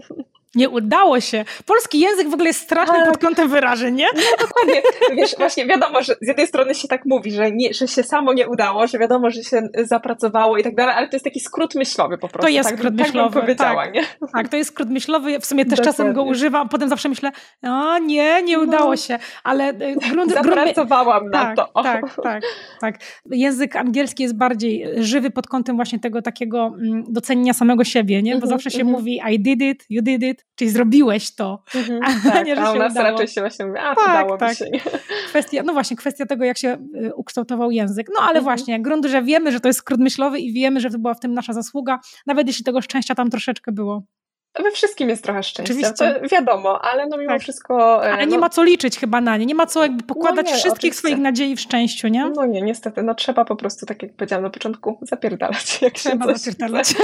Nie udało się. Polski język w ogóle jest straszny tak. pod kątem wyrażeń, nie? No dokładnie. Wiesz, właśnie wiadomo, że z jednej strony się tak mówi, że, nie, że się samo nie udało, że wiadomo, że się zapracowało i tak dalej, ale to jest taki skrót myślowy po prostu. To jest tak, skrót tak myślowy. bym powiedziała, tak. nie? Tak, to jest skrót myślowy. W sumie też dokładnie. czasem go używam, a potem zawsze myślę, o nie, nie udało no. się. Ale grunt, zapracowałam grunt... na tak, to. Tak, tak, tak. Język angielski jest bardziej żywy pod kątem właśnie tego takiego docenienia samego siebie, nie? Bo mm-hmm, zawsze się mm-hmm. mówi I did it, you did it, czyli zrobiłeś to. Mhm, a tak, nie, że a u nas udało. Raczej się właśnie mówi, a tak, udało tak. mi się. Kwestia, no właśnie, kwestia tego, jak się ukształtował język. No ale mhm. właśnie, grunt, że wiemy, że to jest skrót myślowy i wiemy, że to była w tym nasza zasługa, nawet jeśli tego szczęścia tam troszeczkę było. We wszystkim jest trochę szczęścia, oczywiście. To wiadomo, ale no mimo tak. wszystko... Ale no... nie ma co liczyć chyba na nie, nie ma co jakby pokładać no nie, wszystkich oczywiście. swoich nadziei w szczęściu, nie? No nie, niestety, no trzeba po prostu, tak jak powiedziałam na początku, zapierdalać. Jak trzeba się zapierdalać.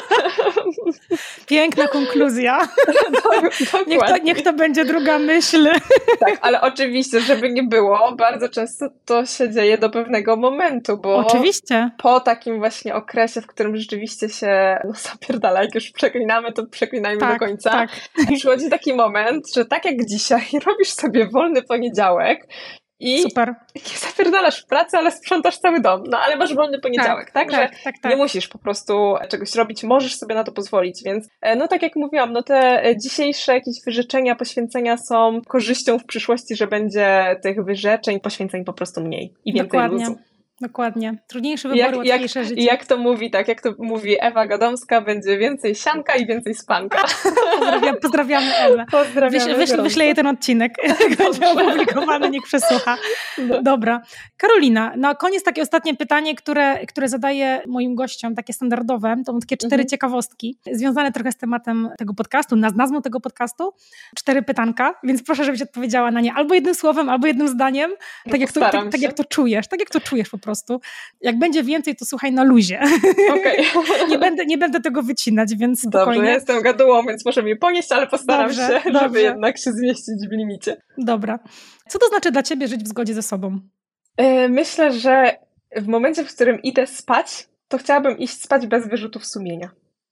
Piękna konkluzja. niech, to, niech to będzie druga myśl. Tak, ale oczywiście, żeby nie było, bardzo często to się dzieje do pewnego momentu, bo oczywiście. po takim właśnie okresie, w którym rzeczywiście się no, zapierdala, jak już przeklinamy, to przeklinajmy tak, do końca. Tak. Przychodzi taki moment, że tak jak dzisiaj robisz sobie wolny poniedziałek I Super. nie zapierdalasz w pracy, ale sprzątasz cały dom. No ale masz wolny poniedziałek, tak? Tak, tak, Że tak, tak. nie musisz po prostu czegoś robić, możesz sobie na to pozwolić, więc no tak jak mówiłam, no te dzisiejsze jakieś wyrzeczenia, poświęcenia są korzyścią w przyszłości, że będzie tych wyrzeczeń, poświęceń po prostu mniej i więcej Dokładnie. luzu. Dokładnie. Trudniejsze wybory, jak, łatwiejsze jak, życie. Jak to mówi, tak, jak to mówi Ewa Gadomska, będzie więcej sianka i więcej spanka. Pozdrawiam, pozdrawiamy Ewę. Pozdrawiamy. Wyś, wyś, wyślę jej ten odcinek, jak będzie opublikowany, niech przesłucha. No. Dobra. Karolina, na koniec takie ostatnie pytanie, które, które zadaję moim gościom, takie standardowe. To są takie cztery mhm. ciekawostki, związane trochę z tematem tego podcastu, z nazwą tego podcastu. Cztery pytanka, więc proszę, żebyś odpowiedziała na nie albo jednym słowem, albo jednym zdaniem, tak jak, to, tak, tak jak to czujesz, tak jak to czujesz po prostu. prostu. Jak będzie więcej, to słuchaj na luzie. Okay. nie, będę, nie będę tego wycinać, więc spokojnie. Dobrze, ja jestem gadułą, więc muszę mnie ponieść, ale postaram dobrze, się, dobrze. żeby jednak się zmieścić w limicie. Dobra. Co to znaczy dla ciebie żyć w zgodzie ze sobą? Myślę, że w momencie, w którym idę spać, to chciałabym iść spać bez wyrzutów sumienia.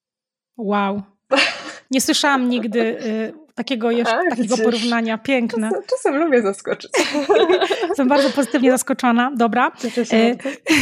Wow. Nie słyszałam nigdy y, takiego, jeszcze, A, takiego porównania. Piękne. Czasem, czasem lubię zaskoczyć. Jestem bardzo pozytywnie zaskoczona. Dobra. E,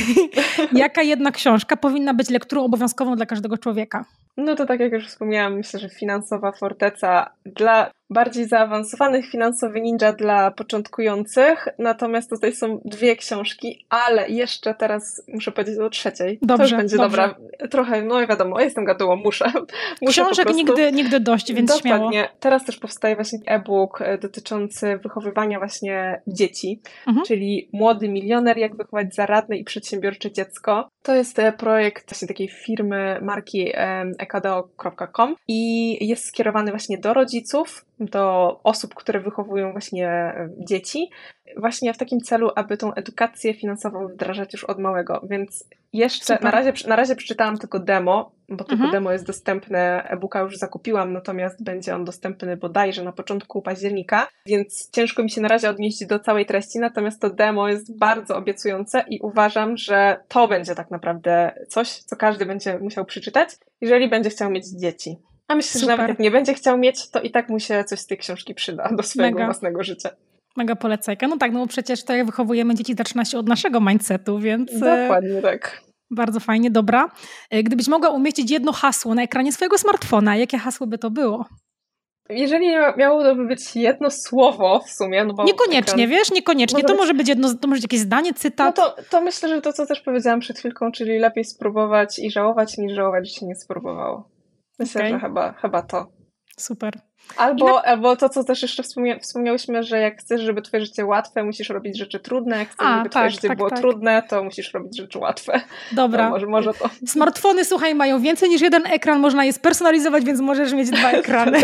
jaka jedna książka powinna być lekturą obowiązkową dla każdego człowieka? No to tak jak już wspomniałam, myślę, że Finansowa Forteca dla bardziej zaawansowanych, Finansowy Ninja dla początkujących, natomiast tutaj są dwie książki, ale jeszcze teraz muszę powiedzieć o trzeciej. Dobrze, to już będzie dobrze. dobra. Trochę, no wiadomo, jestem gadułą, muszę. muszę Książek nigdy, nigdy dość, więc Dokładnie. śmiało. Teraz też powstaje właśnie e-book dotyczący wychowywania właśnie dzieci, mhm. czyli Młody Milioner, jak wychować zaradne i przedsiębiorcze dziecko. To jest projekt właśnie takiej firmy, marki ekadeo kropka com i jest skierowany właśnie do rodziców, do osób, które wychowują właśnie dzieci, właśnie w takim celu, aby tą edukację finansową wdrażać już od małego, więc jeszcze na razie, na razie przeczytałam tylko demo, bo tylko mhm. demo jest dostępne, e-booka już zakupiłam, natomiast będzie on dostępny bodajże na początku października, więc ciężko mi się na razie odnieść do całej treści, natomiast to demo jest bardzo obiecujące i uważam, że to będzie tak naprawdę coś, co każdy będzie musiał przeczytać, jeżeli będzie chciał mieć dzieci. A myślę, Super. że nawet jak nie będzie chciał mieć, to i tak mu się coś z tej książki przyda do swojego Mega. własnego życia. Mega polecajka. No tak, no bo przecież to jak wychowujemy dzieci zaczyna się od naszego mindsetu, więc... Dokładnie tak. Bardzo fajnie, dobra. Gdybyś mogła umieścić jedno hasło na ekranie swojego smartfona, jakie hasło by to było? Jeżeli miało to być jedno słowo w sumie, no bo... Niekoniecznie, ekran... wiesz, niekoniecznie. To, to być... może być jedno, to może być jakieś zdanie, cytat. No to, to myślę, że to, co też powiedziałam przed chwilką, czyli lepiej spróbować i żałować, niż żałować, że się nie spróbowało. Myślę, okay. że chyba, chyba to. Super. Albo, na... albo to, co też jeszcze wspomnia- wspomniałyśmy, że jak chcesz, żeby twoje życie łatwe, musisz robić rzeczy trudne. Jak chcesz, A, żeby tak, twoje życie tak, było tak. trudne, to musisz robić rzeczy łatwe. Dobra. To może, może to. Smartfony, słuchaj, mają więcej niż jeden ekran, można je spersonalizować, więc możesz mieć dwa ekrany.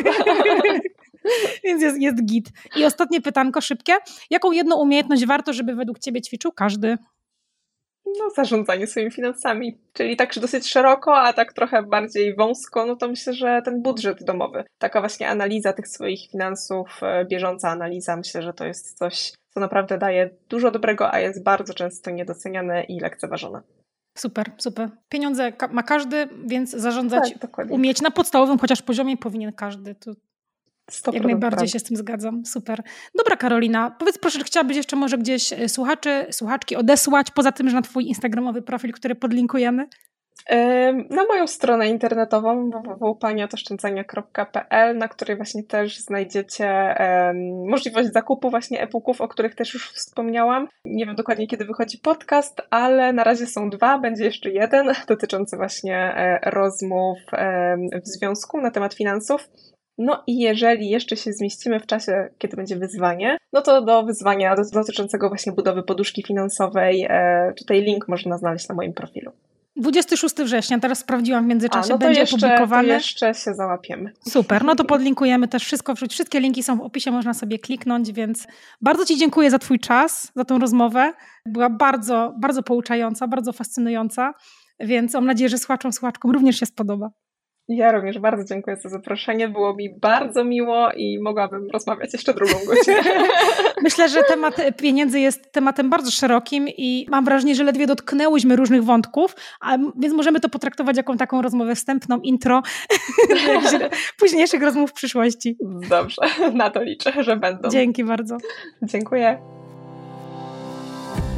Więc jest, jest git. I ostatnie pytanko szybkie. Jaką jedną umiejętność warto, żeby według ciebie ćwiczył każdy? No, zarządzanie swoimi finansami, czyli tak dosyć szeroko, a tak trochę bardziej wąsko, no to myślę, że ten budżet domowy, taka właśnie analiza tych swoich finansów, bieżąca analiza, myślę, że to jest coś, co naprawdę daje dużo dobrego, a jest bardzo często niedoceniane i lekceważone. Super, super. Pieniądze ma każdy, więc zarządzać, tak, umieć na podstawowym chociaż poziomie powinien każdy. To sto procent jak najbardziej prawda. się z tym zgadzam. Super. Dobra, Karolina, powiedz proszę, czy chciałabyś jeszcze może gdzieś słuchaczy, słuchaczki odesłać, poza tym, że na twój instagramowy profil, który podlinkujemy? Na moją stronę internetową w w w kropka paniatoszczędzania kropka p l, na której właśnie też znajdziecie um, możliwość zakupu właśnie e-booków, o których też już wspomniałam. Nie wiem dokładnie, kiedy wychodzi podcast, ale na razie są dwa, będzie jeszcze jeden dotyczący właśnie e, rozmów e, w związku na temat finansów. No i jeżeli jeszcze się zmieścimy w czasie, kiedy będzie wyzwanie, no to do wyzwania dotyczącego właśnie budowy poduszki finansowej, e, tutaj link można znaleźć na moim profilu. dwudziestego szóstego września, teraz sprawdziłam w międzyczasie, A, no to będzie jeszcze, opublikowane. To jeszcze się załapiemy. Super, no to podlinkujemy też wszystko, wszystkie linki są w opisie, można sobie kliknąć, więc bardzo ci dziękuję za twój czas, za tą rozmowę. Była bardzo, bardzo pouczająca, bardzo fascynująca, więc mam nadzieję, że słuchaczom, słuchaczkom również się spodoba. Ja również bardzo dziękuję za zaproszenie. Było mi bardzo miło i mogłabym rozmawiać jeszcze drugą godzinę. Myślę, że temat pieniędzy jest tematem bardzo szerokim i mam wrażenie, że ledwie dotknęłyśmy różnych wątków, a, więc możemy to potraktować jako taką rozmowę wstępną, intro późniejszych rozmów w przyszłości. Dobrze, na to liczę, że będą. Dzięki bardzo. Dziękuję.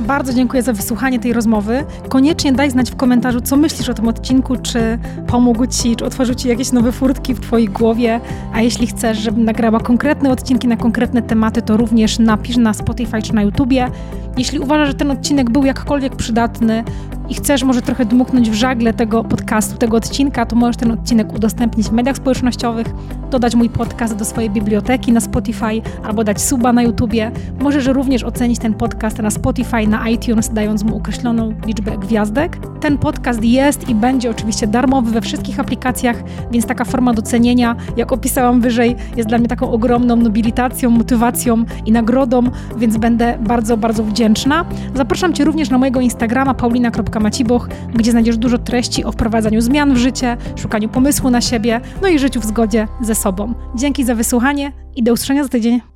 Bardzo dziękuję za wysłuchanie tej rozmowy. Koniecznie daj znać w komentarzu, co myślisz o tym odcinku, czy pomógł Ci, czy otworzył Ci jakieś nowe furtki w Twojej głowie, a jeśli chcesz, żebym nagrała konkretne odcinki na konkretne tematy, to również napisz na Spotify czy na YouTubie. Jeśli uważasz, że ten odcinek był jakkolwiek przydatny i chcesz może trochę dmuchnąć w żagle tego podcastu, tego odcinka, to możesz ten odcinek udostępnić w mediach społecznościowych, dodać mój podcast do swojej biblioteki na Spotify albo dać suba na YouTubie. Możesz również ocenić ten podcast na Spotify, na iTunes, dając mu określoną liczbę gwiazdek. Ten podcast jest i będzie oczywiście darmowy we wszystkich aplikacjach, więc taka forma docenienia, jak opisałam wyżej, jest dla mnie taką ogromną nobilitacją, motywacją i nagrodą, więc będę bardzo, bardzo wdzięczna. Zapraszam Cię również na mojego Instagrama paulina kropka maciboch, gdzie znajdziesz dużo treści o wprowadzaniu zmian w życie, szukaniu pomysłu na siebie, no i życiu w zgodzie ze sobą. Dzięki za wysłuchanie i do usłyszenia za tydzień.